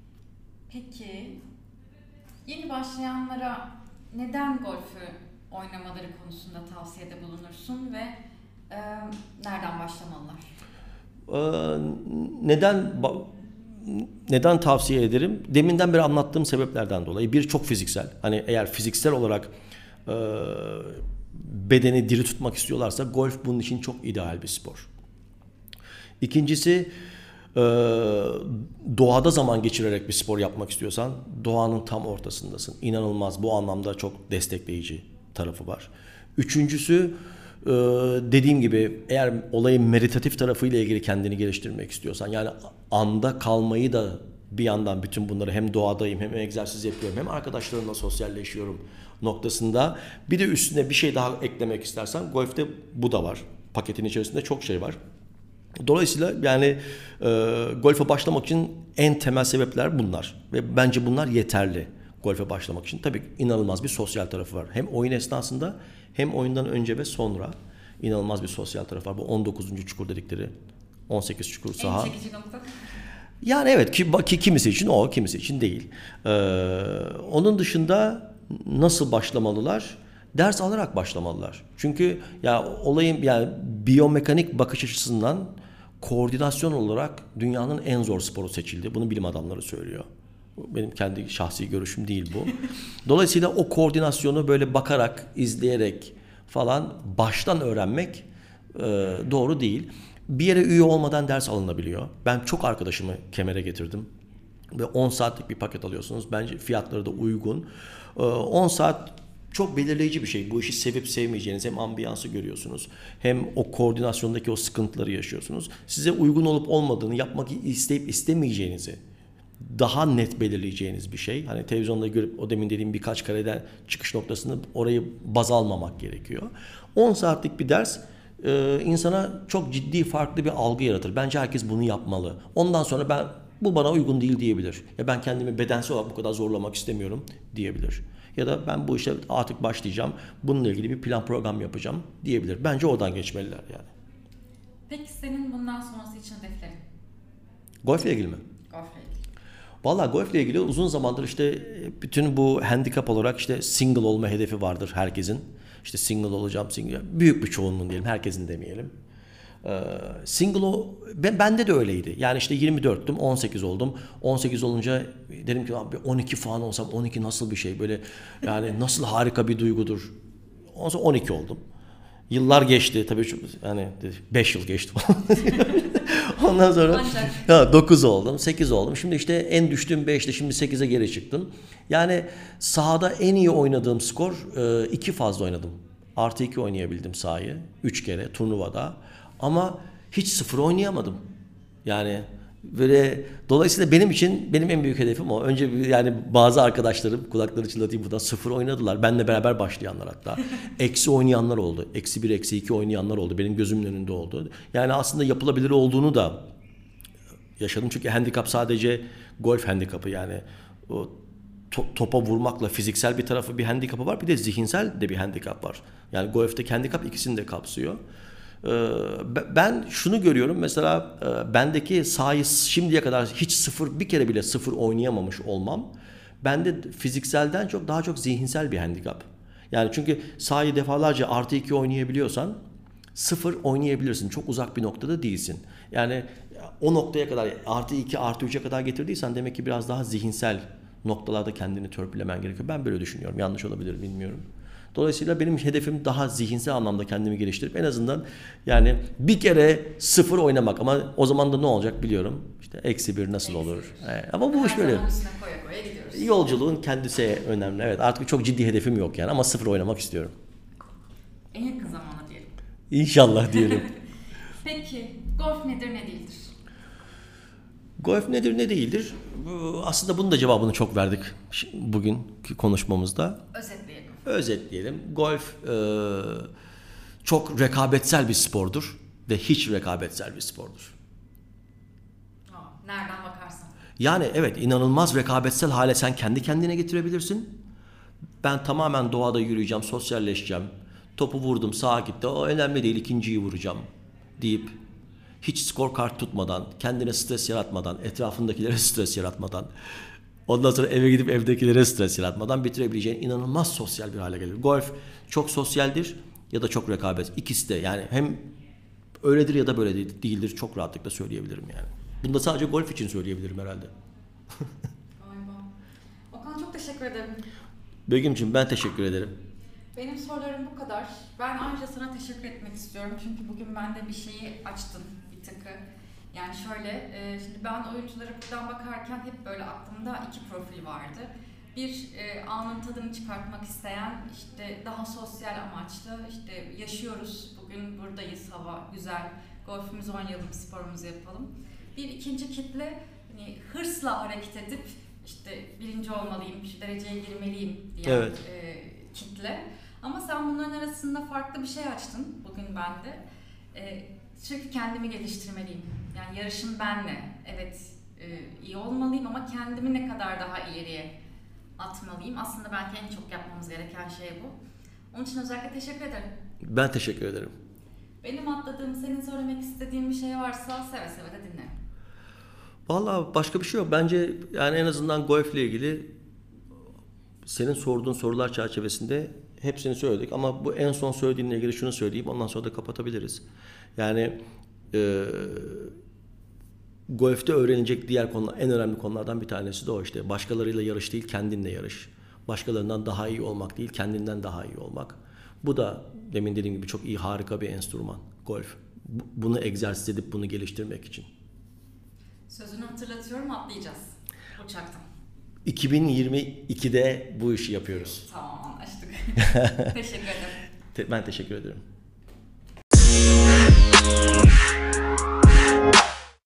Peki yeni başlayanlara neden golfü oynamaları konusunda tavsiyede bulunursun ve e, nereden başlamalılar? Ee, neden neden tavsiye ederim? Deminden beri anlattığım sebeplerden dolayı. Bir, çok fiziksel. Hani eğer fiziksel olarak e, bedeni diri tutmak istiyorlarsa golf bunun için çok ideal bir spor. İkincisi, e, doğada zaman geçirerek bir spor yapmak istiyorsan doğanın tam ortasındasın. İnanılmaz, bu anlamda çok destekleyici tarafı var. Üçüncüsü, e, dediğim gibi eğer olayın meditatif tarafıyla ilgili kendini geliştirmek istiyorsan, yani anda kalmayı da bir yandan bütün bunları hem doğadayım hem egzersiz yapıyorum hem arkadaşlarımla sosyalleşiyorum noktasında bir de üstüne bir şey daha eklemek istersen golfte bu da var. Paketin içerisinde çok şey var. Dolayısıyla yani e, golfe başlamak için en temel sebepler bunlar ve bence bunlar yeterli golfe başlamak için. Tabii inanılmaz bir sosyal tarafı var. Hem oyun esnasında hem oyundan önce ve sonra inanılmaz bir sosyal tarafı var. Bu on dokuzuncu çukur dedikleri on sekiz çukur saha. En çekici nokta. Yani evet ki, ki kimisi için o, kimisi için değil. Ee, onun dışında nasıl başlamalılar? Ders alarak başlamalılar. Çünkü ya olayın yani biyomekanik bakış açısından koordinasyon olarak dünyanın en zor sporu seçildi. Bunu bilim adamları söylüyor. Benim kendi şahsi görüşüm değil bu. Dolayısıyla o koordinasyonu böyle bakarak, izleyerek falan baştan öğrenmek e, doğru değil. Bir yere üye olmadan ders alınabiliyor. Ben çok arkadaşımı kemere getirdim. Ve on saatlik bir paket alıyorsunuz. Bence fiyatları da uygun. on saat çok belirleyici bir şey. Bu işi sevip sevmeyeceğiniz, hem ambiyansı görüyorsunuz hem o koordinasyondaki o sıkıntıları yaşıyorsunuz. Size uygun olup olmadığını, yapmak isteyip istemeyeceğinizi daha net belirleyeceğiniz bir şey. Hani televizyonda görüp o demin dediğim birkaç kareden çıkış noktasını orayı baz almamak gerekiyor. on saatlik bir ders e, insana çok ciddi farklı bir algı yaratır. Bence herkes bunu yapmalı. Ondan sonra ben bu bana uygun değil diyebilir. Ya ben kendimi bedensel olarak bu kadar zorlamak istemiyorum diyebilir. ya da ben bu işe artık başlayacağım, bununla ilgili bir plan program yapacağım diyebilir. Bence oradan geçmeliler yani. Peki senin bundan sonrası için hedeflerin? Golfle ilgili mi? Golfle ilgili. Vallahi golfle ilgili uzun zamandır işte bütün bu handikap olarak işte single olma hedefi vardır herkesin. İşte single olacağım, single. Büyük bir çoğunluğun diyelim, herkesin demeyelim. Ee, single o, ben, bende de öyleydi. Yani işte yirmi dörttüm, on sekiz oldum. on sekiz olunca dedim ki abi on iki falan olsam, on iki nasıl bir şey böyle, yani nasıl harika bir duygudur. Ondan sonra on iki oldum. Yıllar geçti tabii, yani beş yıl geçti falan. Ondan sonra ya dokuz oldum, sekiz oldum. Şimdi işte en düştüğüm beşti, şimdi sekize geri çıktım. Yani sahada en iyi oynadığım skor iki fazla oynadım. Artı iki oynayabildim sahayı. üç kere turnuvada. Ama hiç sıfır oynayamadım. Yani böyle, dolayısıyla benim için benim en büyük hedefim o. Önce yani bazı arkadaşlarım, kulakları çınlatayım buradan, sıfır oynadılar. Benle beraber başlayanlar hatta. Eksi oynayanlar oldu. Eksi bir, eksi iki oynayanlar oldu. Benim gözümün önünde oldu. Yani aslında yapılabilir olduğunu da yaşadım. Çünkü handikap sadece golf handikapı, yani o to- topa vurmakla fiziksel bir tarafı, bir handikapı var. Bir de zihinsel de bir handikap var. Yani golfteki handikap ikisini de kapsıyor. Ben şunu görüyorum mesela, bendeki sahayı şimdiye kadar hiç sıfır, bir kere bile sıfır oynayamamış olmam, bende fizikselden çok daha çok zihinsel bir handikap. Yani çünkü sahayı defalarca artı iki oynayabiliyorsan sıfır oynayabilirsin. Çok uzak bir noktada değilsin. Yani o noktaya kadar, artı iki artı üçe kadar getirdiysen demek ki biraz daha zihinsel noktalarda kendini törpülemen gerekiyor. Ben böyle düşünüyorum. Yanlış olabilir, bilmiyorum. Dolayısıyla benim hedefim daha zihinsel anlamda kendimi geliştirip en azından yani bir kere sıfır oynamak, ama o zaman da ne olacak biliyorum. İşte eksi bir nasıl Eksi olur? bir. Evet, ama bu iş böyle. Koya koya gidiyoruz. Yolculuğun kendisi önemli. Evet, artık çok ciddi hedefim yok yani, ama sıfır oynamak istiyorum. En yakın zamanda diyelim. İnşallah diyelim. Peki golf nedir, ne değildir? Golf nedir, ne değildir? Aslında bunun da cevabını çok verdik bugünkü konuşmamızda. Özetleyelim. Özetleyelim. Golf e, çok rekabetsel bir spordur ve hiç rekabetsel bir spordur. Aa, nereden bakarsan. Yani evet, inanılmaz rekabetsel hale sen kendi kendine getirebilirsin. Ben tamamen doğada yürüyeceğim, sosyalleşeceğim. Topu vurdum, sağa gitti. O önemli değil, ikinciyi vuracağım deyip hiç scorecard tutmadan, kendine stres yaratmadan, etrafındakilere stres yaratmadan, ondan sonra eve gidip evdekilere stres yaratmadan bitirebileceğin inanılmaz sosyal bir hale gelir. Golf çok sosyaldir ya da çok rekabet. İkisi de yani hem öyledir ya da böyle değildir. Çok rahatlıkla söyleyebilirim yani. Bunu da sadece golf için söyleyebilirim herhalde. Vay be. Okan, çok teşekkür ederim. Begüm'ciğim, ben teşekkür ederim. Benim sorularım bu kadar. Ben ayrıca sana teşekkür etmek istiyorum. Çünkü bugün bende bir şeyi açtın, bir tıkı. Yani şöyle, e, şimdi ben oyunculara buradan bakarken hep böyle aklımda iki profil vardı. Bir, e, anın tadını çıkartmak isteyen, işte daha sosyal amaçlı, işte yaşıyoruz, bugün buradayız, hava güzel, golfümüzü oynayalım, sporumuzu yapalım. Bir ikinci kitle, hani hırsla hareket edip, işte birinci olmalıyım, şu dereceye girmeliyim diyen Evet. e, kitle. Ama sen bunların arasında farklı bir şey açtın bugün bende. E, sürekli kendimi geliştirmeliyim. Yani yarışım benle. Evet, e, iyi olmalıyım ama kendimi ne kadar daha ileriye atmalıyım. Aslında belki en çok yapmamız gereken şey bu. Onun için özellikle teşekkür ederim. Ben teşekkür ederim. Benim atladığım, senin söylemek istediğin bir şey varsa seve seve de dinlerim. Vallahi başka bir şey yok. Bence yani en azından golfle ilgili senin sorduğun sorular çerçevesinde hepsini söyledik. Ama bu en son söylediğinle ilgili şunu söyleyeyim. Ondan sonra da kapatabiliriz. Yani e, golfte öğrenilecek diğer konular, en önemli konulardan bir tanesi de o işte. Başkalarıyla yarış değil, kendinle yarış. Başkalarından daha iyi olmak değil, kendinden daha iyi olmak. Bu da demin dediğim gibi çok iyi, harika bir enstrüman golf. Bunu egzersiz edip bunu geliştirmek için. Sözünü hatırlatıyorum, atlayacağız uçaktan. iki bin yirmi ikide bu işi yapıyoruz. Tamam, anlaştık. Teşekkür ederim. Ben teşekkür ederim.